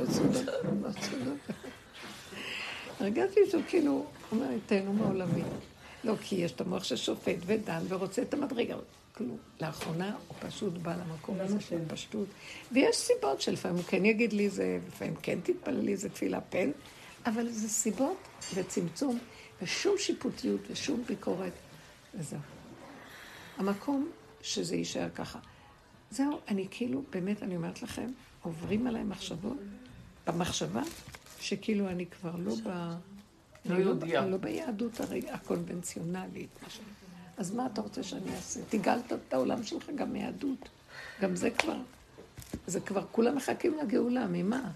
S1: הרגעתי שהוא כאילו, אומר, תהנו מעולמי. לא, כי יש את המוח ששופט ודן ורוצה את המדרגה. כאילו, לאחרונה הוא פשוט בא למקום הזה של פשטות. ויש סיבות שלפעמים הוא כן יגיד לי זה, לפעמים כן תתפלל לי זה תפילה פן, אבל זה סיבות וצמצום, ושום שיפוטיות ושום ביקורת. וזהו. המקום שזה יישאר ככה. זהו, אני כאילו, באמת אני אומרת לכם, עוברים עליי מחשבות, במחשבה, שכאילו אני כבר לא ביהדות הקונבנציונלית. אז מה אתה רוצה שאני אעשה? תיגלת את העולם שלך גם מיהדות. גם זה כבר כולם מחכים לגאולה, ממה?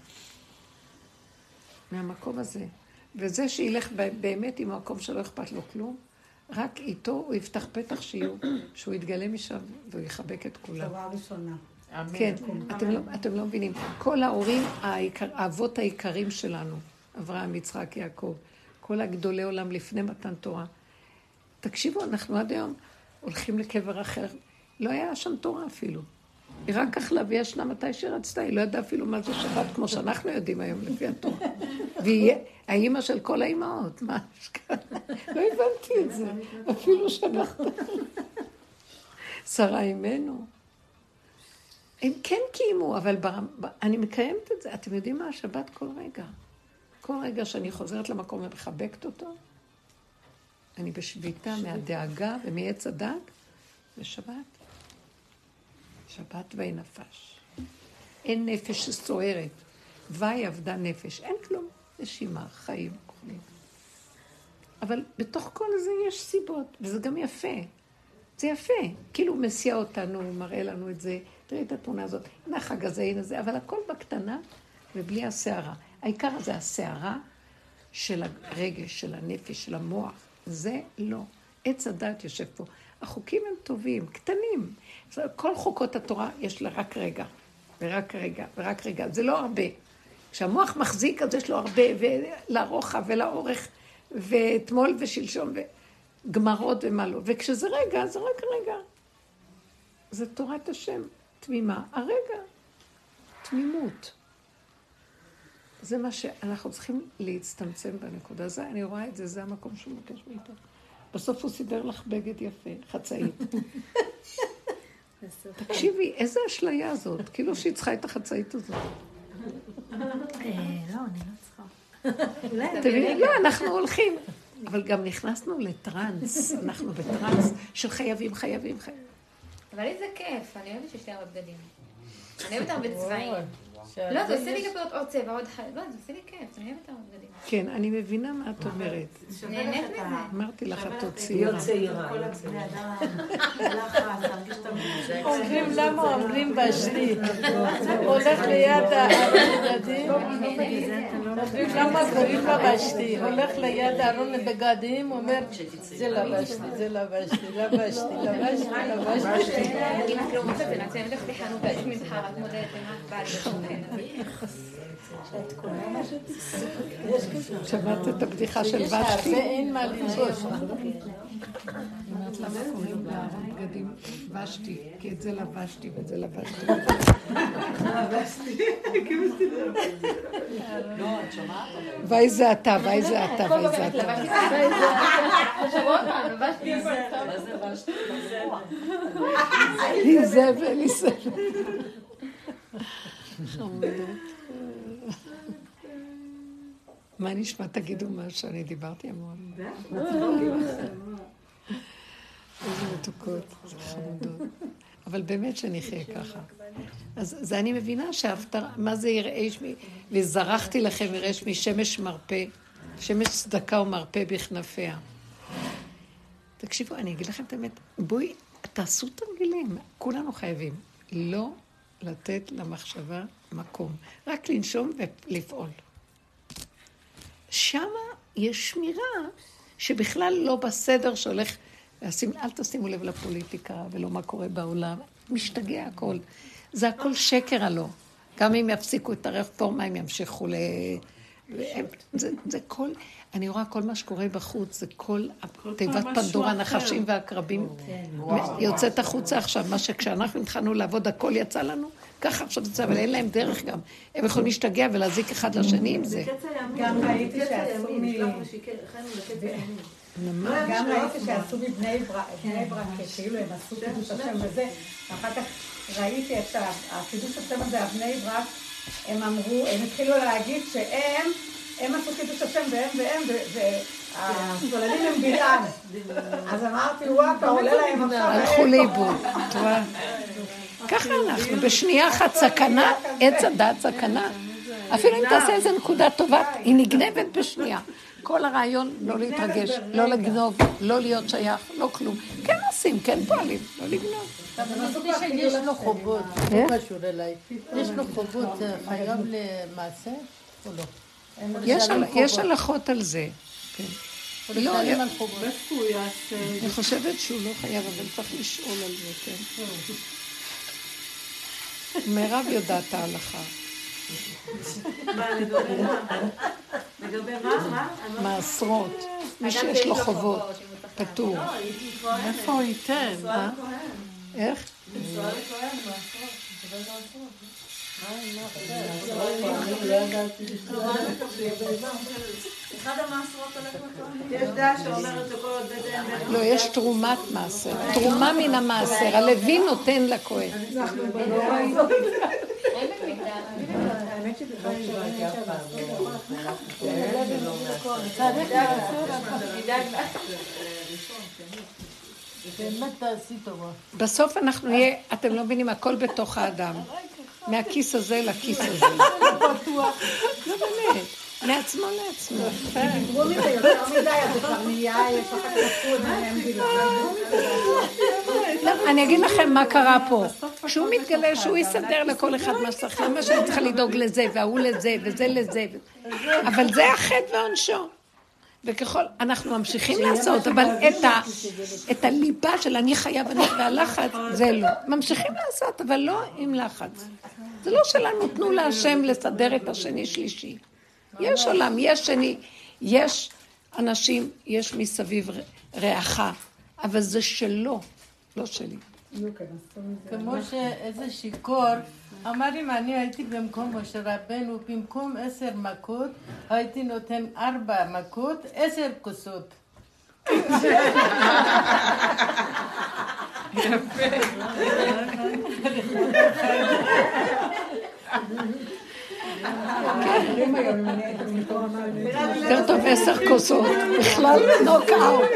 S1: מהמקום הזה. וזה שילך באמת עם המקום שלא אכפת לו כלום, רק איתו הוא יפתח פתח שהוא יתגלה משם והוא יחבק את כולם.
S7: צורה ראשונה.
S1: כן, אתם לא מבינים. כל ההורים, האבות העיקרים שלנו, אברהם, יצחק, יעקב, כל הגדולי עולם לפני מתן תורה. תקשיבו, אנחנו עד היום הולכים לקבר אחר. לא היה שם תורה אפילו. היא רק אכלה וישנה מתי שרצתה. היא לא ידעה אפילו מה זה שבת, כמו שאנחנו יודעים היום לפי התורה. והיא האימא של כל האימהות. מה שקרה? לא הבנתי את זה. אפילו שבת. שרה אימנו. הם כן קיימו, אבל אני מקיימת את זה. אתם יודעים מה? השבת כל רגע. כל רגע שאני חוזרת למקום ומחבקת אותו, אני בשביתה מהדאגה ומעץ הדת, בשבת. שבת ואי נפש. אין נפש שסוערת. ואי עבדה נפש. אין כלום. נשימה, חיים, אוכלים. אבל בתוך כל זה יש סיבות, וזה גם יפה. זה יפה. כאילו הוא מסיע אותנו, מראה לנו את זה. תראי את התמונה הזאת. הנה החג הזה, הנה זה. אבל הכל בקטנה ובלי השערה. העיקר זה השערה של הרגש, של הנפש, של המוח. זה לא. עץ הדת יושב פה. החוקים הם טובים, קטנים. כל חוקות התורה יש לה רק רגע, ורק רגע, ורק רגע. זה לא הרבה. כשהמוח מחזיק, אז יש לו הרבה, ולרוחב ולאורך, ואתמול ושלשום, וגמרות ומה לא. וכשזה רגע, זה רק רגע. זה תורת השם, תמימה. הרגע, תמימות. זה מה שאנחנו צריכים להצטמצם בנקודה. זה, אני רואה את זה, זה המקום שהוא מבקש מאיתו. בסוף הוא סידר לך בגד יפה, חצאית. תקשיבי, איזה אשליה זאת? כאילו שהיא צריכה את החצאית הזאת.
S3: לא, אני לא צריכה.
S1: לא, אנחנו הולכים. אבל גם נכנסנו לטרנס, אנחנו בטרנס של חייבים.
S4: אבל איזה כיף, אני אוהבת שיש לי הרבה בגדים. אני אוהבת הרבה צבעים.
S9: לא, זה עושה לי כפות עוד צבע, עוד חלק. לא, זה עושה לי כיף, אני אוהבת את הבגדים.
S1: כן, אני מבינה מה את אומרת.
S9: נהנית מזה.
S1: אמרתי לך, את עוד צעירה.
S8: אומרים למה אומרים בשתי. הולך ליד הבגדים. אומרים למה קוראים לה בשתי. הולך ליד הארון לבגדים, אומר, זה לבשתי, זה לבשתי, לבשתי, לבשתי, לבשתי.
S9: אם את לא מוצאת, אני הולכת לחנות, יש מזהר, את מודדת, מה
S1: שמעת את הבדיחה של ושתי?
S8: ואין מה לנגוש.
S1: אמרת למה קוראים לארון בגדים ושתי, כי את זה לבשתי ואת זה לבשתי. ואי זה אתה, ואי זה אתה, ואי זה אתה. לי זה ולי זה. מה נשמע? תגידו מה שאני דיברתי המון. איזה מתוקות, זה חמודות. אבל באמת שנחיה ככה. אז זה אני מבינה שההפטרה, מה זה יראה שמי? וזרחתי לכם יראה שמי שמש מרפא, שמש צדקה ומרפא בכנפיה. תקשיבו, אני אגיד לכם את האמת, בואי, תעשו תרגילים, כולנו חייבים. לא לתת למחשבה מקום, רק לנשום ולפעול. שמה יש שמירה שבכלל לא בסדר שהולך, אל תשימו לב לפוליטיקה ולא מה קורה בעולם, משתגע הכל. זה הכל שקר הלא. גם אם יפסיקו את הרפורמה, הם ימשיכו זה כל, אני רואה כל מה שקורה בחוץ, זה כל תיבת פנדורה, נחשים והקרבים, יוצאת החוצה עכשיו, מה שכשאנחנו התחלנו לעבוד, הכל יצא לנו, ככה עכשיו זה, אבל אין להם דרך גם. הם יכולים להשתגע ולהזיק אחד לשני עם זה.
S7: גם ראיתי שעשו גם ראיתי שעשו מבני ברק, כאילו הם עשו קידוש השם וזה, ואחר כך ראיתי את הקידוש השם הזה, הבני ברק, הם אמרו, הם התחילו להגיד שהם עשו קידוש השם והם, והסוללים הם בלעם. אז אמרתי, אתה עולה להם עכשיו.
S1: הלכו לאיבוד. ככה אנחנו, בשנייה אחת סכנה, עץ הדעת סכנה. אפילו אם תעשה איזה נקודה טובה, היא נגנבת בשנייה. כל הרעיון לא להתרגש, לא לגנוב, לא להיות שייך, לא כלום. כן עושים, כן פועלים, לא לגנוב.
S8: יש לו חובות, לא קשור אליי. יש לו חובות, חייב למעשה או לא?
S1: יש הלכות על זה.
S8: לא,
S1: אני חושבת שהוא לא חייב, אבל צריך לשאול על זה, כן. מירב יודעת ההלכה.
S2: לגבי מה?
S1: מעשרות. מי שיש לו חובות, פטור.
S8: איפה הוא ייתן?
S1: איך?
S2: אחד המעשרות הולך לתורם. יש דעה שאומרת שכל עוד בית
S1: לא, יש תרומת מעשר. תרומה מן המעשר. הלוי נותן לכהן.
S3: האמת שבכל
S1: בסוף אנחנו נהיה, אתם לא מבינים, הכל בתוך האדם. מהכיס הזה לכיס הזה. לא באמת, מעצמו לעצמו.
S7: דיברו מזה יותר מדי, אז זה כבר נהיה, יש לך תפקוד,
S1: אני אגיד לכם מה קרה פה. כשהוא מתגלה שהוא יסדר לכל אחד מה שצריך, למה שאני צריכה לדאוג לזה, והוא לזה, וזה לזה. אבל זה החטא ועונשו. וככל, אנחנו ממשיכים לעשות, אבל את הליבה של אני חייב, אני והלחץ, זה לא. ממשיכים לעשות, אבל לא עם לחץ. זה לא שלנו, תנו להשם לסדר את השני שלישי. יש עולם, יש שני, יש אנשים, יש מסביב רעך, אבל זה שלו, לא שלי.
S8: כמו שאיזה שיקור, אמר אם אני הייתי במקום משה רבנו, במקום 10 מכות, הייתי נותן 4 מכות, 10 כוסות.
S1: יותר טוב 10 כוסות, בכלל נוקאוט.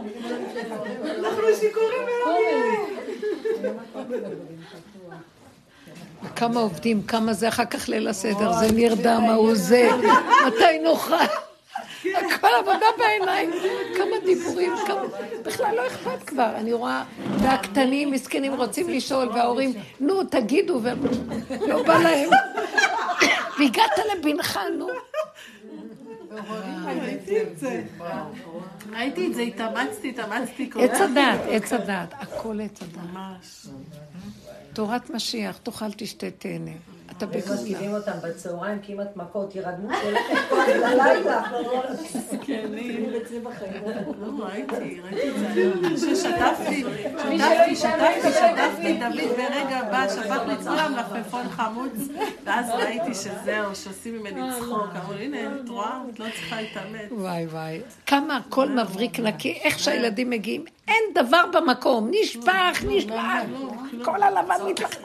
S2: אנחנו שיכורים ולא נראה.
S1: כמה עובדים, כמה זה, אחר כך ליל הסדר, זה נרדם, ההוא זה, מתי נוכל? הכל עבודה בעיניים, כמה דיבורים, בכלל לא אכפת כבר, אני רואה, והקטנים, מסכנים רוצים לשאול, וההורים, נו, תגידו, ולא בא להם. והגעת לבנך, נו.
S8: ראיתי את זה, התאמצתי.
S1: עץ הדעת, הכל עץ הדעת. ממש. תורת משיח, תאכל תשתה תהנה. אתה בגודלה.
S10: מזכירים אותם בצהריים, כמעט מכות ירדמו של הלילה.
S8: סקנים. ראיתי את זה. ששתפתי דוד ברגע הבא, שפך לי צולם לפפון חמוץ, ואז ראיתי שזהו, שעושים ממני צחוק. אמרו לי, הנה, את רואה? את לא צריכה להתאמץ.
S1: וואי. כמה הכל מבריק נקי, איך שהילדים מגיעים, אין דבר במקום, נשפך, כל הלבן מתלחק.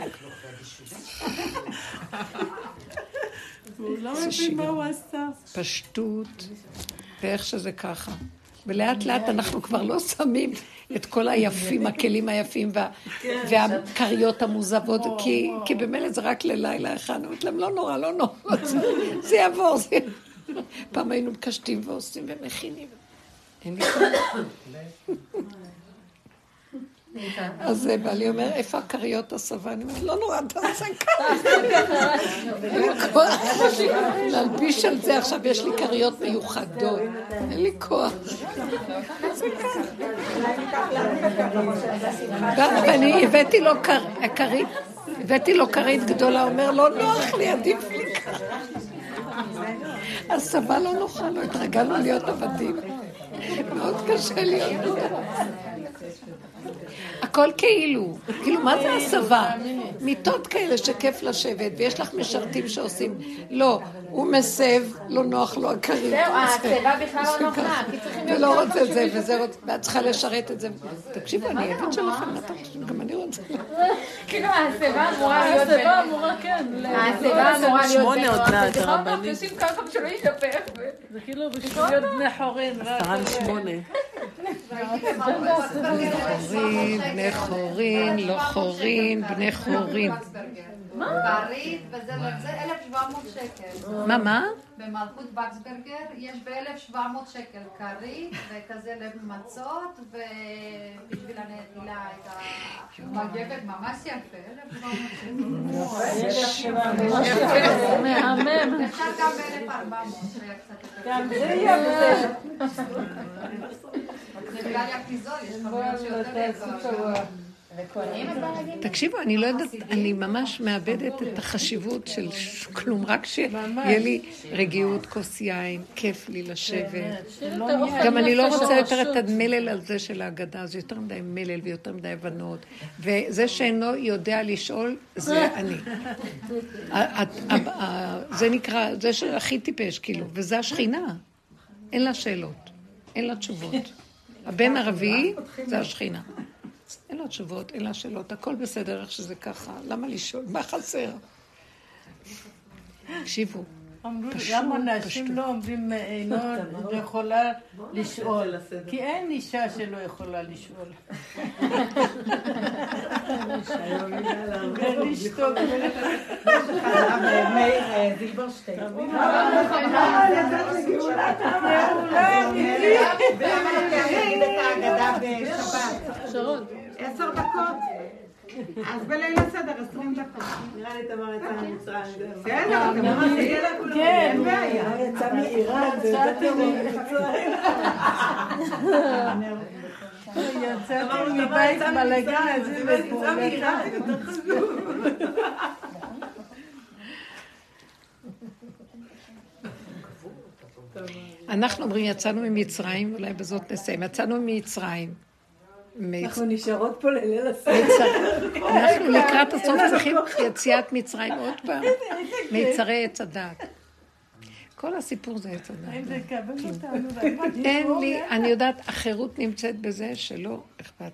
S8: הוא לא מבין מה הוא עשה.
S1: פשטות, ואיך שזה ככה. ולאט לאט אנחנו כבר לא שמים את כל היפים, הכלים היפים והקריות המוזבות, כי במילא זה רק ללילה אחד. אומרת להם, לא נורא, זה יעבור. פעם היינו מקשטים ועושים ומכינים. אין לי כל... אז בעלי אומר, איפה הקריות הסבה? אני אומרת, לא נורא, אתה עושה ככה. להלביש על זה, עכשיו יש לי קריות מיוחדות. אין לי כוח. ואני הבאתי לו כרית גדולה, אומר, לא נוח לי, עדיף לי ככה. הסבה לא נוחה, לא התרגלנו להיות עבדים. מאוד קשה להיות. הכל כאילו, מה זה הסבה? מיטות כאלה שכיף לשבת, ויש לך משרתים שעושים, לא, הוא מסב, לא נוח לו הקרים.
S9: זהו, הסבה בכלל לא נוחה, כי צריכים להיות
S1: ולא רוצה את זה, ואת צריכה לשרת את זה. תקשיבו, אני אוהבת שלכם, גם אני רוצה.
S9: כאילו, הסבה אמורה להיות...
S8: הסבה אמורה, כן.
S9: הסבה אמורה להיות...
S8: 8 עוד מעט, הרבנית.
S9: אנחנו עושים ככה שלא ישפך.
S8: זה כאילו בשביל להיות בני חורין. 8.
S1: בני חורין, לא חורין, בני חורין.
S11: כרית, וזה 1,700 שקל.
S1: מה?
S11: במלכות וקסברגר יש ב-1,700 שקל כרית, וכזה למצות, ובשביל הנטילה את המגבת ממש יפה, 1,700 שקל.
S8: מהמם.
S11: אפשר גם ב-1,400, זה קצת יותר.
S8: גם זה יפה.
S11: זה בגלל יפיזול, יש חבויות שיותר יקרות.
S1: תקשיבו, אני לא יודעת, אני ממש מאבדת את החשיבות של כלום, רק שיהיה לי רגיעות, כוס יין, כיף לי לשבת. גם אני לא רוצה יותר את המלל הזה של ההגדה, זה יותר מדי מלל ויותר מדי הבנות, וזה שאינו יודע לשאול, זה אני. זה נקרא, זה שהכי טיפש, כאילו, וזה השכינה. אין לה שאלות, אין לה תשובות. הבן הרביעי זה השכינה. אין לו תשובות, אין לה שאלות, הכל בסדר איך שזה ככה, למה לשאול? מה חסר? תקשיבו,
S8: גם אנשים לא אומרים, אינו יכולה לשאול, כי אין אישה שלא יכולה לשאול. ולשתוק.
S10: מאיר זילברשטיין.
S8: שרון.
S2: 10 דקות. אז בליל הסדר 20 דקות. נראה לי תמר יצא ממצרים. בסדר, תמר תהיה לה כולו. אין בעיה.
S10: יצא מאיראן, זה יותר ממצרים.
S8: יצאתי מבית בלגן, זה יצא מאיראן, יותר חשוב.
S1: אנחנו אומרים, יצאנו ממצרים, אולי בזאת נסיים, יצאנו ממצרים.
S10: אנחנו נשארות פה לליל הסדר.
S1: אנחנו לקראת הסוף צריכים יציאת מצרים עוד פעם. מיצרי עץ הדת. כל הסיפור זה עץ הדת.
S8: אם זה יקבל אותנו.
S1: אין לי, אני יודעת, החירות נמצאת בזה שלא אכפת לי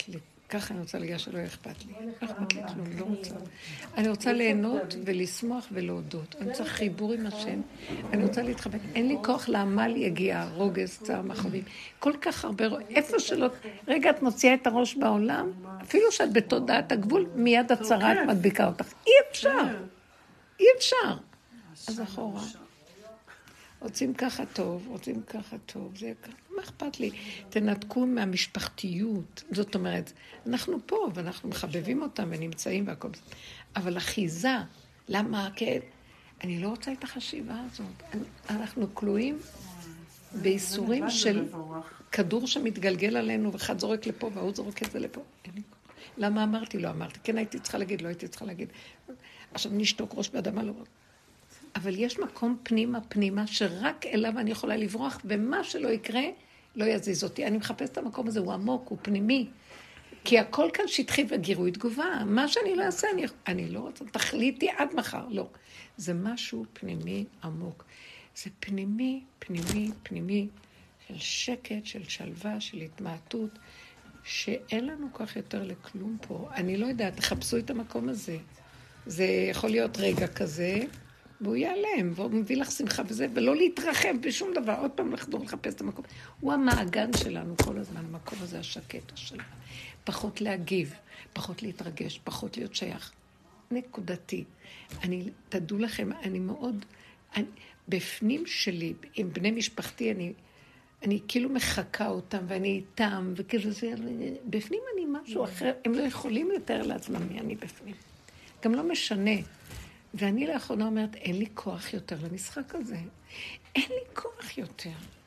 S1: ככה אני רוצה להגיע שלא אכפת לי. לא אכפת לי כלום, לא רוצה. אני רוצה ליהנות ולשמוח ולהודות. אני רוצה חיבור עם השם. אני רוצה להתחבק. אין לי כוח לעמל יגיע, רוגז, צער, מחבים. כל כך הרבה, איפה שלא... רגע, את מוציאה את הראש בעולם, אפילו שאת בתודעת הגבול, מיד הצרה את מדביקה אותך. אי אפשר. אי אפשר. אז אחורה. רוצים ככה טוב, רוצים ככה טוב, זה ככה, מה אכפת לי? תנתקו מהמשפחתיות, זאת אומרת, אנחנו פה ואנחנו מחבבים אותם ונמצאים והכל, אבל אחיזה, למה? כן, אני לא רוצה את החשיבה הזאת, אנחנו כלואים באיסורים של כדור שמתגלגל עלינו, ואחד זורק לפה והוא זורק את זה לפה. למה אמרתי? לא אמרתי, כן הייתי צריכה להגיד, לא הייתי צריכה להגיד. עכשיו נשתוק ראש באדמה, לא... אבל יש מקום פנימה, שרק אליו אני יכולה לברוח, ומה שלא יקרה, לא יזיז אותי. אני מחפש את המקום הזה, הוא עמוק, הוא פנימי. כי הכל כאן שטחי וגירוי תגובה. מה שאני לא אעשה, אני לא רוצה, תחליטי עד מחר, לא. זה משהו פנימי עמוק. זה פנימי, של שקט, של שלווה, של התמעטות, שאין לנו כך יותר לכלום פה. אני לא יודעת, תחפשו את המקום הזה. זה יכול להיות רגע כזה, והוא ייעלם, והוא מביא לך שמחה וזה, ולא להתרחב בשום דבר, עוד פעם לחדור לחפש את המקום. הוא המעגן שלנו כל הזמן, המקום הזה השקט שלנו. פחות להגיב, פחות להתרגש, פחות להיות שייך. נקודתי. תדעו לכם, אני מאוד, בפנים שלי, עם בני משפחתי, אני כאילו מחכה אותם, ואני איתם, וכאילו זה, בפנים אני משהו אחר, הם לא יכולים לתאר לעצמם מי אני בפנים. גם לא משנה. ואני לאחרונה אומרת, אין לי כוח יותר למשחק הזה. אין לי כוח יותר.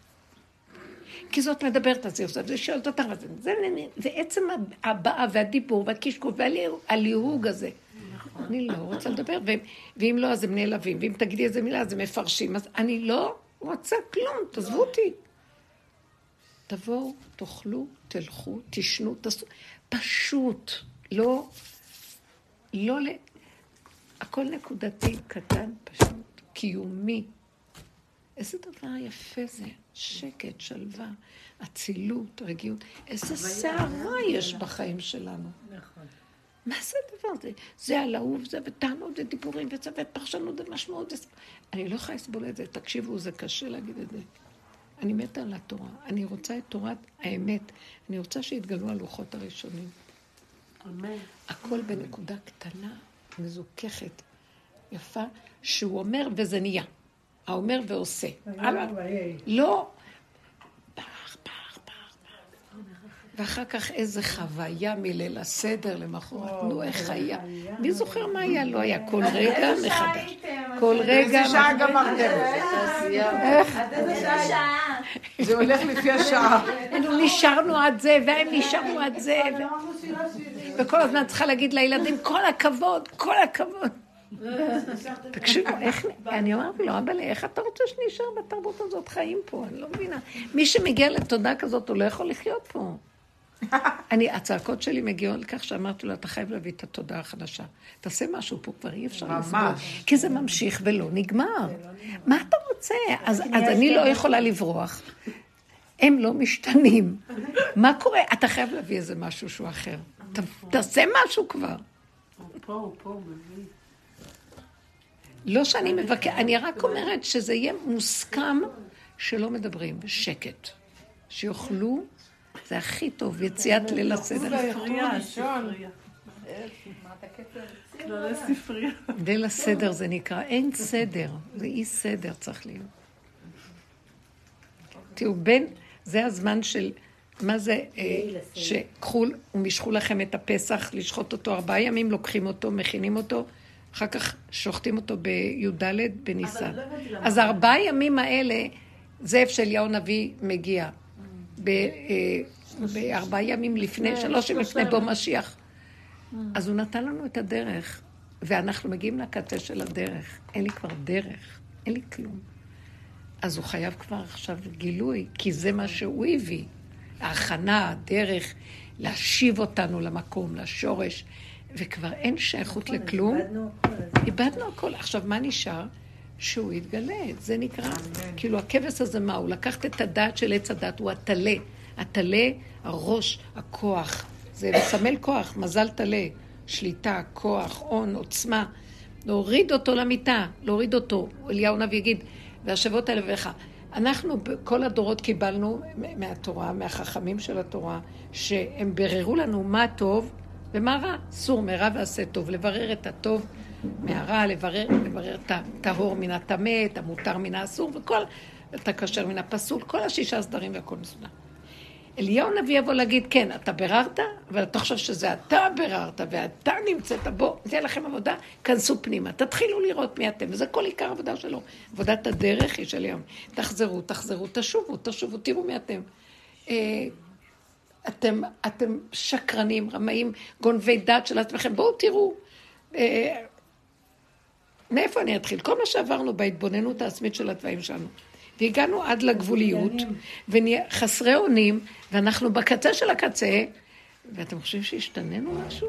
S1: כי זאת מדברת על זה, זה שואלת אותה, זה עצם הבאה והדיבור והקשקוש והליהוג הזה. אני לא רוצה לדבר, ואם לא, אז הם נעלבים, ואם תגידי איזה מילה, אז הם מפרשים, אז אני לא רוצה כלום, תעזבו אותי. תבואו, תאכלו, תלכו, תשנו, תעשו, פשוט, לא הכל נקודתי, קטן, פשוט, קיומי. איזה דבר יפה זה, שקט, שלווה, אצילות, רגיעות. איזה שערה יש בחיים שלנו. נכון. מה זה הדבר הזה? זה על האהוב, זה וטענות ודיבורים וצוות פרשנות ומשמעות. אני לא יכולה לסבול את זה, תקשיבו, זה קשה להגיד את זה. אני מתה על התורה, אני רוצה את תורת האמת, אני רוצה שיתגלו הלוחות הראשונים. אמן. הכל בנקודה קטנה. מזוכחת, יפה, שהוא אומר וזה נהיה. האומר ועושה. לא, פח. ואחר כך איזה חוויה מליל הסדר למחרת. נו, איך היה? מי זוכר מה היה? לא היה. כל רגע מחדש. כל רגע...
S5: איזה שעה גמרתם?
S1: איך?
S5: איזה שעה? זה הולך לפי השעה.
S1: נשארנו עד זה, והם נשארנו עד זה. וכל הזמן צריכה להגיד לילדים, כל הכבוד, כל הכבוד. תקשיבו, אני אומרת לו, אבא לי, איך אתה רוצה שנשאר בתרבות הזאת חיים פה? אני לא מבינה. מי שמגיע לתודה כזאת, הוא לא יכול לחיות פה. הצעקות שלי מגיעות לכך שאמרתי לו, אתה חייב להביא את התודה החדשה. תעשה משהו פה, כבר אי אפשר לסבול. כי זה ממשיך ולא נגמר. מה אתה רוצה? אז אני לא יכולה לברוח. הם לא משתנים. מה קורה? אתה חייב להביא איזה משהו שהוא אחר. תעשה משהו כבר.
S2: הוא פה, מבין.
S1: לא שאני מבקר, אני רק אומרת שזה יהיה מוסכם שלא מדברים, שקט. שיוכלו, זה הכי טוב, יציאת ליל הסדר. ליל הסדר זה נקרא, אין סדר, זה אי סדר צריך להיות. תראו, זה הזמן של, מה זה, שקחו ומשכו לכם את הפסח, לשחוט אותו 4 ימים, לוקחים אותו, מכינים אותו, אחר כך שוחטים אותו בי"ד בניסן. אז 4 ימים האלה, זה איפה שאליהו נביא מגיע. 4 ימים לפני, 3 ימים לפני בו משיח. אז הוא נתן לנו את הדרך, ואנחנו מגיעים לקצה של הדרך. אין לי כבר דרך, אין לי כלום. אז הוא חייב כבר עכשיו גילוי, כי זה מה שהוא הביא. ההכנה, הדרך, להשיב אותנו למקום, לשורש, וכבר אין שייכות לכלום. איבדנו הכל. עכשיו, מה נשאר? שהוא יתגלה. זה נקרא, כאילו הכבש הזה מה? הוא לקחת את הדעת של עץ הדת, הוא התלה. התלה, הראש, הכוח, זה מסמל כוח, מזל תלה, שליטה, כוח, הון, עוצמה. להוריד אותו למיטה, להוריד אותו. אליהו נביא יגיד, והשבות האלה ואיך. אנחנו בכל הדורות קיבלנו מהתורה, מהחכמים של התורה, שהם בררו לנו מה טוב ומה רע. סור מרע ועשה טוב, לברר את הטוב מהרע, לברר את הטהור מן הטמא, את המותר מן האסור, וכל, את הכשר מן הפסול, כל השישה סדרים והכל מסודר. אליהו נביא יבוא להגיד, כן, אתה בררת, אבל אתה חושב שזה אתה בררת, ואתה נמצאת, בוא, תהיה לכם עבודה, כנסו פנימה, תתחילו לראות מי אתם, וזה כל עיקר עבודה שלו. עבודת הדרך היא של יום. תחזרו, תשובו, תראו מי אתם. אתם שקרנים, רמאים, גונבי דת של עצמכם, בואו תראו. מאיפה אני אתחיל? כל מה שעברנו בהתבוננות העצמית של הדברים שלנו. והגענו עד לגבוליות, וחסרי אונים, ואנחנו בקצה של הקצה, ואתם חושבים שהשתננו משהו?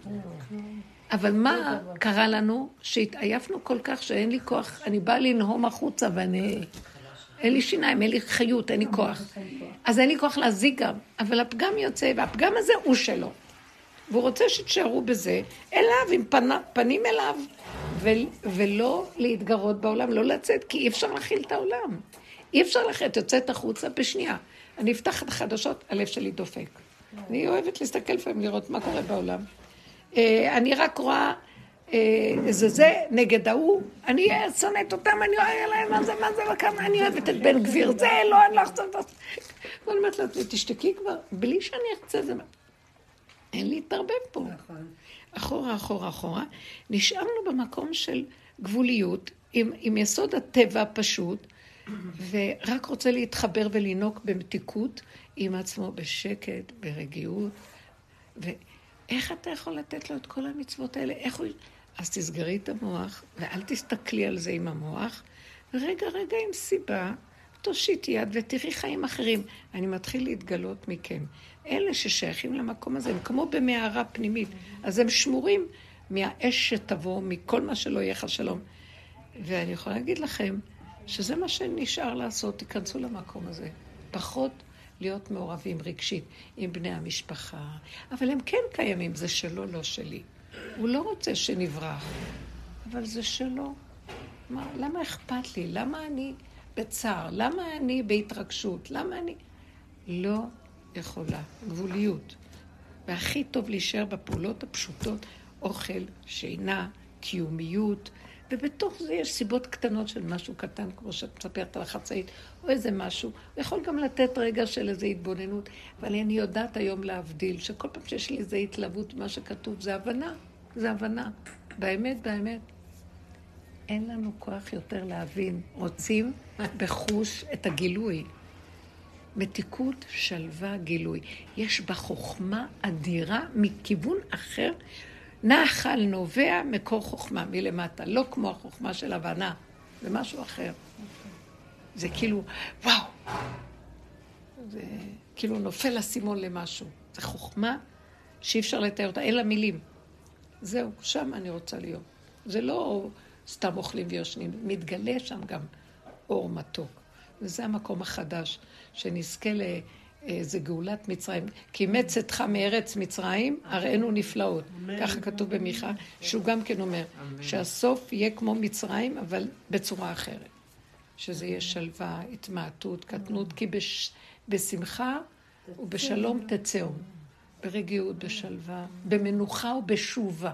S1: אבל מה קרה לנו? שהתעייפנו כל כך שאין לי כוח, אני באה לנהום החוצה, אין לי שיניים, אין לי חיות, אין לי כוח. אז אין לי כוח להזיק גם, אבל הפגם יוצא, והפגם הזה הוא שלו. והוא רוצה שתשארו בזה, אליו, עם פנים אליו, ולא להתגרות בעולם, לא לצאת, כי אי אפשר להכיל את העולם. אי אפשר לצאת, יוצאת החוצה בשנייה. אני אפתח את החדשות, הלב שלי דופק. אני אוהבת להסתכל לפעמים, לראות מה קורה בעולם. אני רק רואה זה נגד ההוא, אני שונאת אותם, אני אוהב להם, מה זה, וכמה אני אוהבת את בן גביר, זה לא, אני לא אחצות. ואני אומרת לה, תשתקי כבר, בלי שאני אחצה זה מה. אין לי להתערבב פה. אחורה. נשארנו במקום של גבוליות, עם יסוד הטבע הפשוט, ורק רוצה להתחבר ולנוק במתיקות עם עצמו בשקט, ברגיעות. ואיך אתה יכול לתת לו את כל המצוות האלה? אז תסגרי את המוח, ואל תסתכלי על זה עם המוח, ורגע עם סיבה, תושיט יד ותראי חיים אחרים. אני מתחיל להתגלות מכם. אלה ששייכים למקום הזה, הם כמו במערה פנימית, אז הם שמורים מהאש שתבוא, מכל מה שלא יהיה לך שלום. ואני יכולה להגיד לכם, שזה מה שנשאר לעשות, תיכנסו למקום הזה. פחות להיות מעורבים רגשית עם בני המשפחה. אבל הם כן קיימים, זה שלו, לא שלי. הוא לא רוצה שנברח, אבל זה שלו. למה אכפת לי? למה אני בצער? למה אני בהתרגשות? למה אני לא יכולה? גבוליות. והכי טוב להישאר בפעולות הפשוטות, אוכל, שינה, קיומיות, ובתוך זה יש סיבות קטנות של משהו קטן, כמו שאת מספרת על החצאית, או איזה משהו. הוא יכול גם לתת רגע של איזו התבוננות, אבל אני יודעת היום להבדיל, שכל פעם שיש לי איזו התלהבות, מה שכתוב, זה הבנה. זה הבנה. באמת. אין לנו כוח יותר להבין. רוצים בחוש את הגילוי. מתיקות, שלווה, גילוי. יש בה חוכמה אדירה מכיוון אחר, נחל נובע מקור חוכמה מלמטה, לא כמו החוכמה של הבנה, זה משהו אחר. זה כאילו, וואו, זה כאילו נופל הסימון למשהו. זה חוכמה שאי אפשר לתאר אותה, אין לה מילים. זהו, שם אני רוצה להיות. זה לא סתם אוכלים ויושנים, מתגלה שם גם אור מתוק. וזה המקום החדש, שנזכה זה גאולת מצרים. כי מצאתך מארץ מצרים, הראינו נפלאות. ככה כתוב במיכה, שהוא גם כן אומר, שהסוף יהיה כמו מצרים, אבל בצורה אחרת. שזה יהיה שלווה, התמעטות, קטנות, כי בשמחה ובשלום תצאו. ברגיעות, בשלווה, במנוחה ובשובה.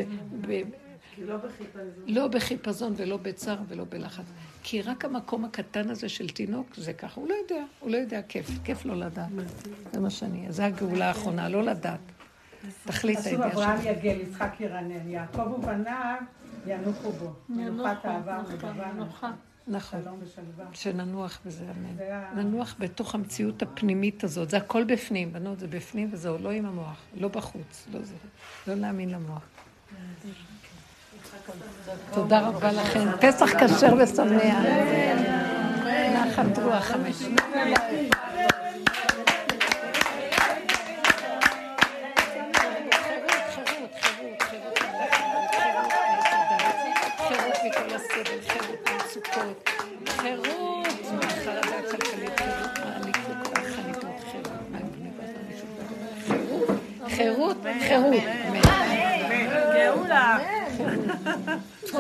S1: לא בחיפזון ולא בצער ולא בלחץ. כי רק המקום הקטן הזה של תינוק זה ככה, הוא לא יודע, כיף לא לדעת. זה מה שאני, זה הגאולה האחרונה, לא לדעת. תחליט הידיעה שלך.
S7: אברהם יגל, יצחק ירנן, יעקב ובניו ינוחו בו. מנוחת אהבה ובבה.
S1: נכון, שננוח בזה, אמן. ננוח בתוך המציאות הפנימית הזאת, זה הכל בפנים, בנות, זה בפנים וזהו, לא עם המוח, לא בחוץ, לא זה, לא להאמין למוח. תודה רבה לכם, פסח כשר ושמח. נחת רוח 5. חירות, חירות.
S6: גאולה.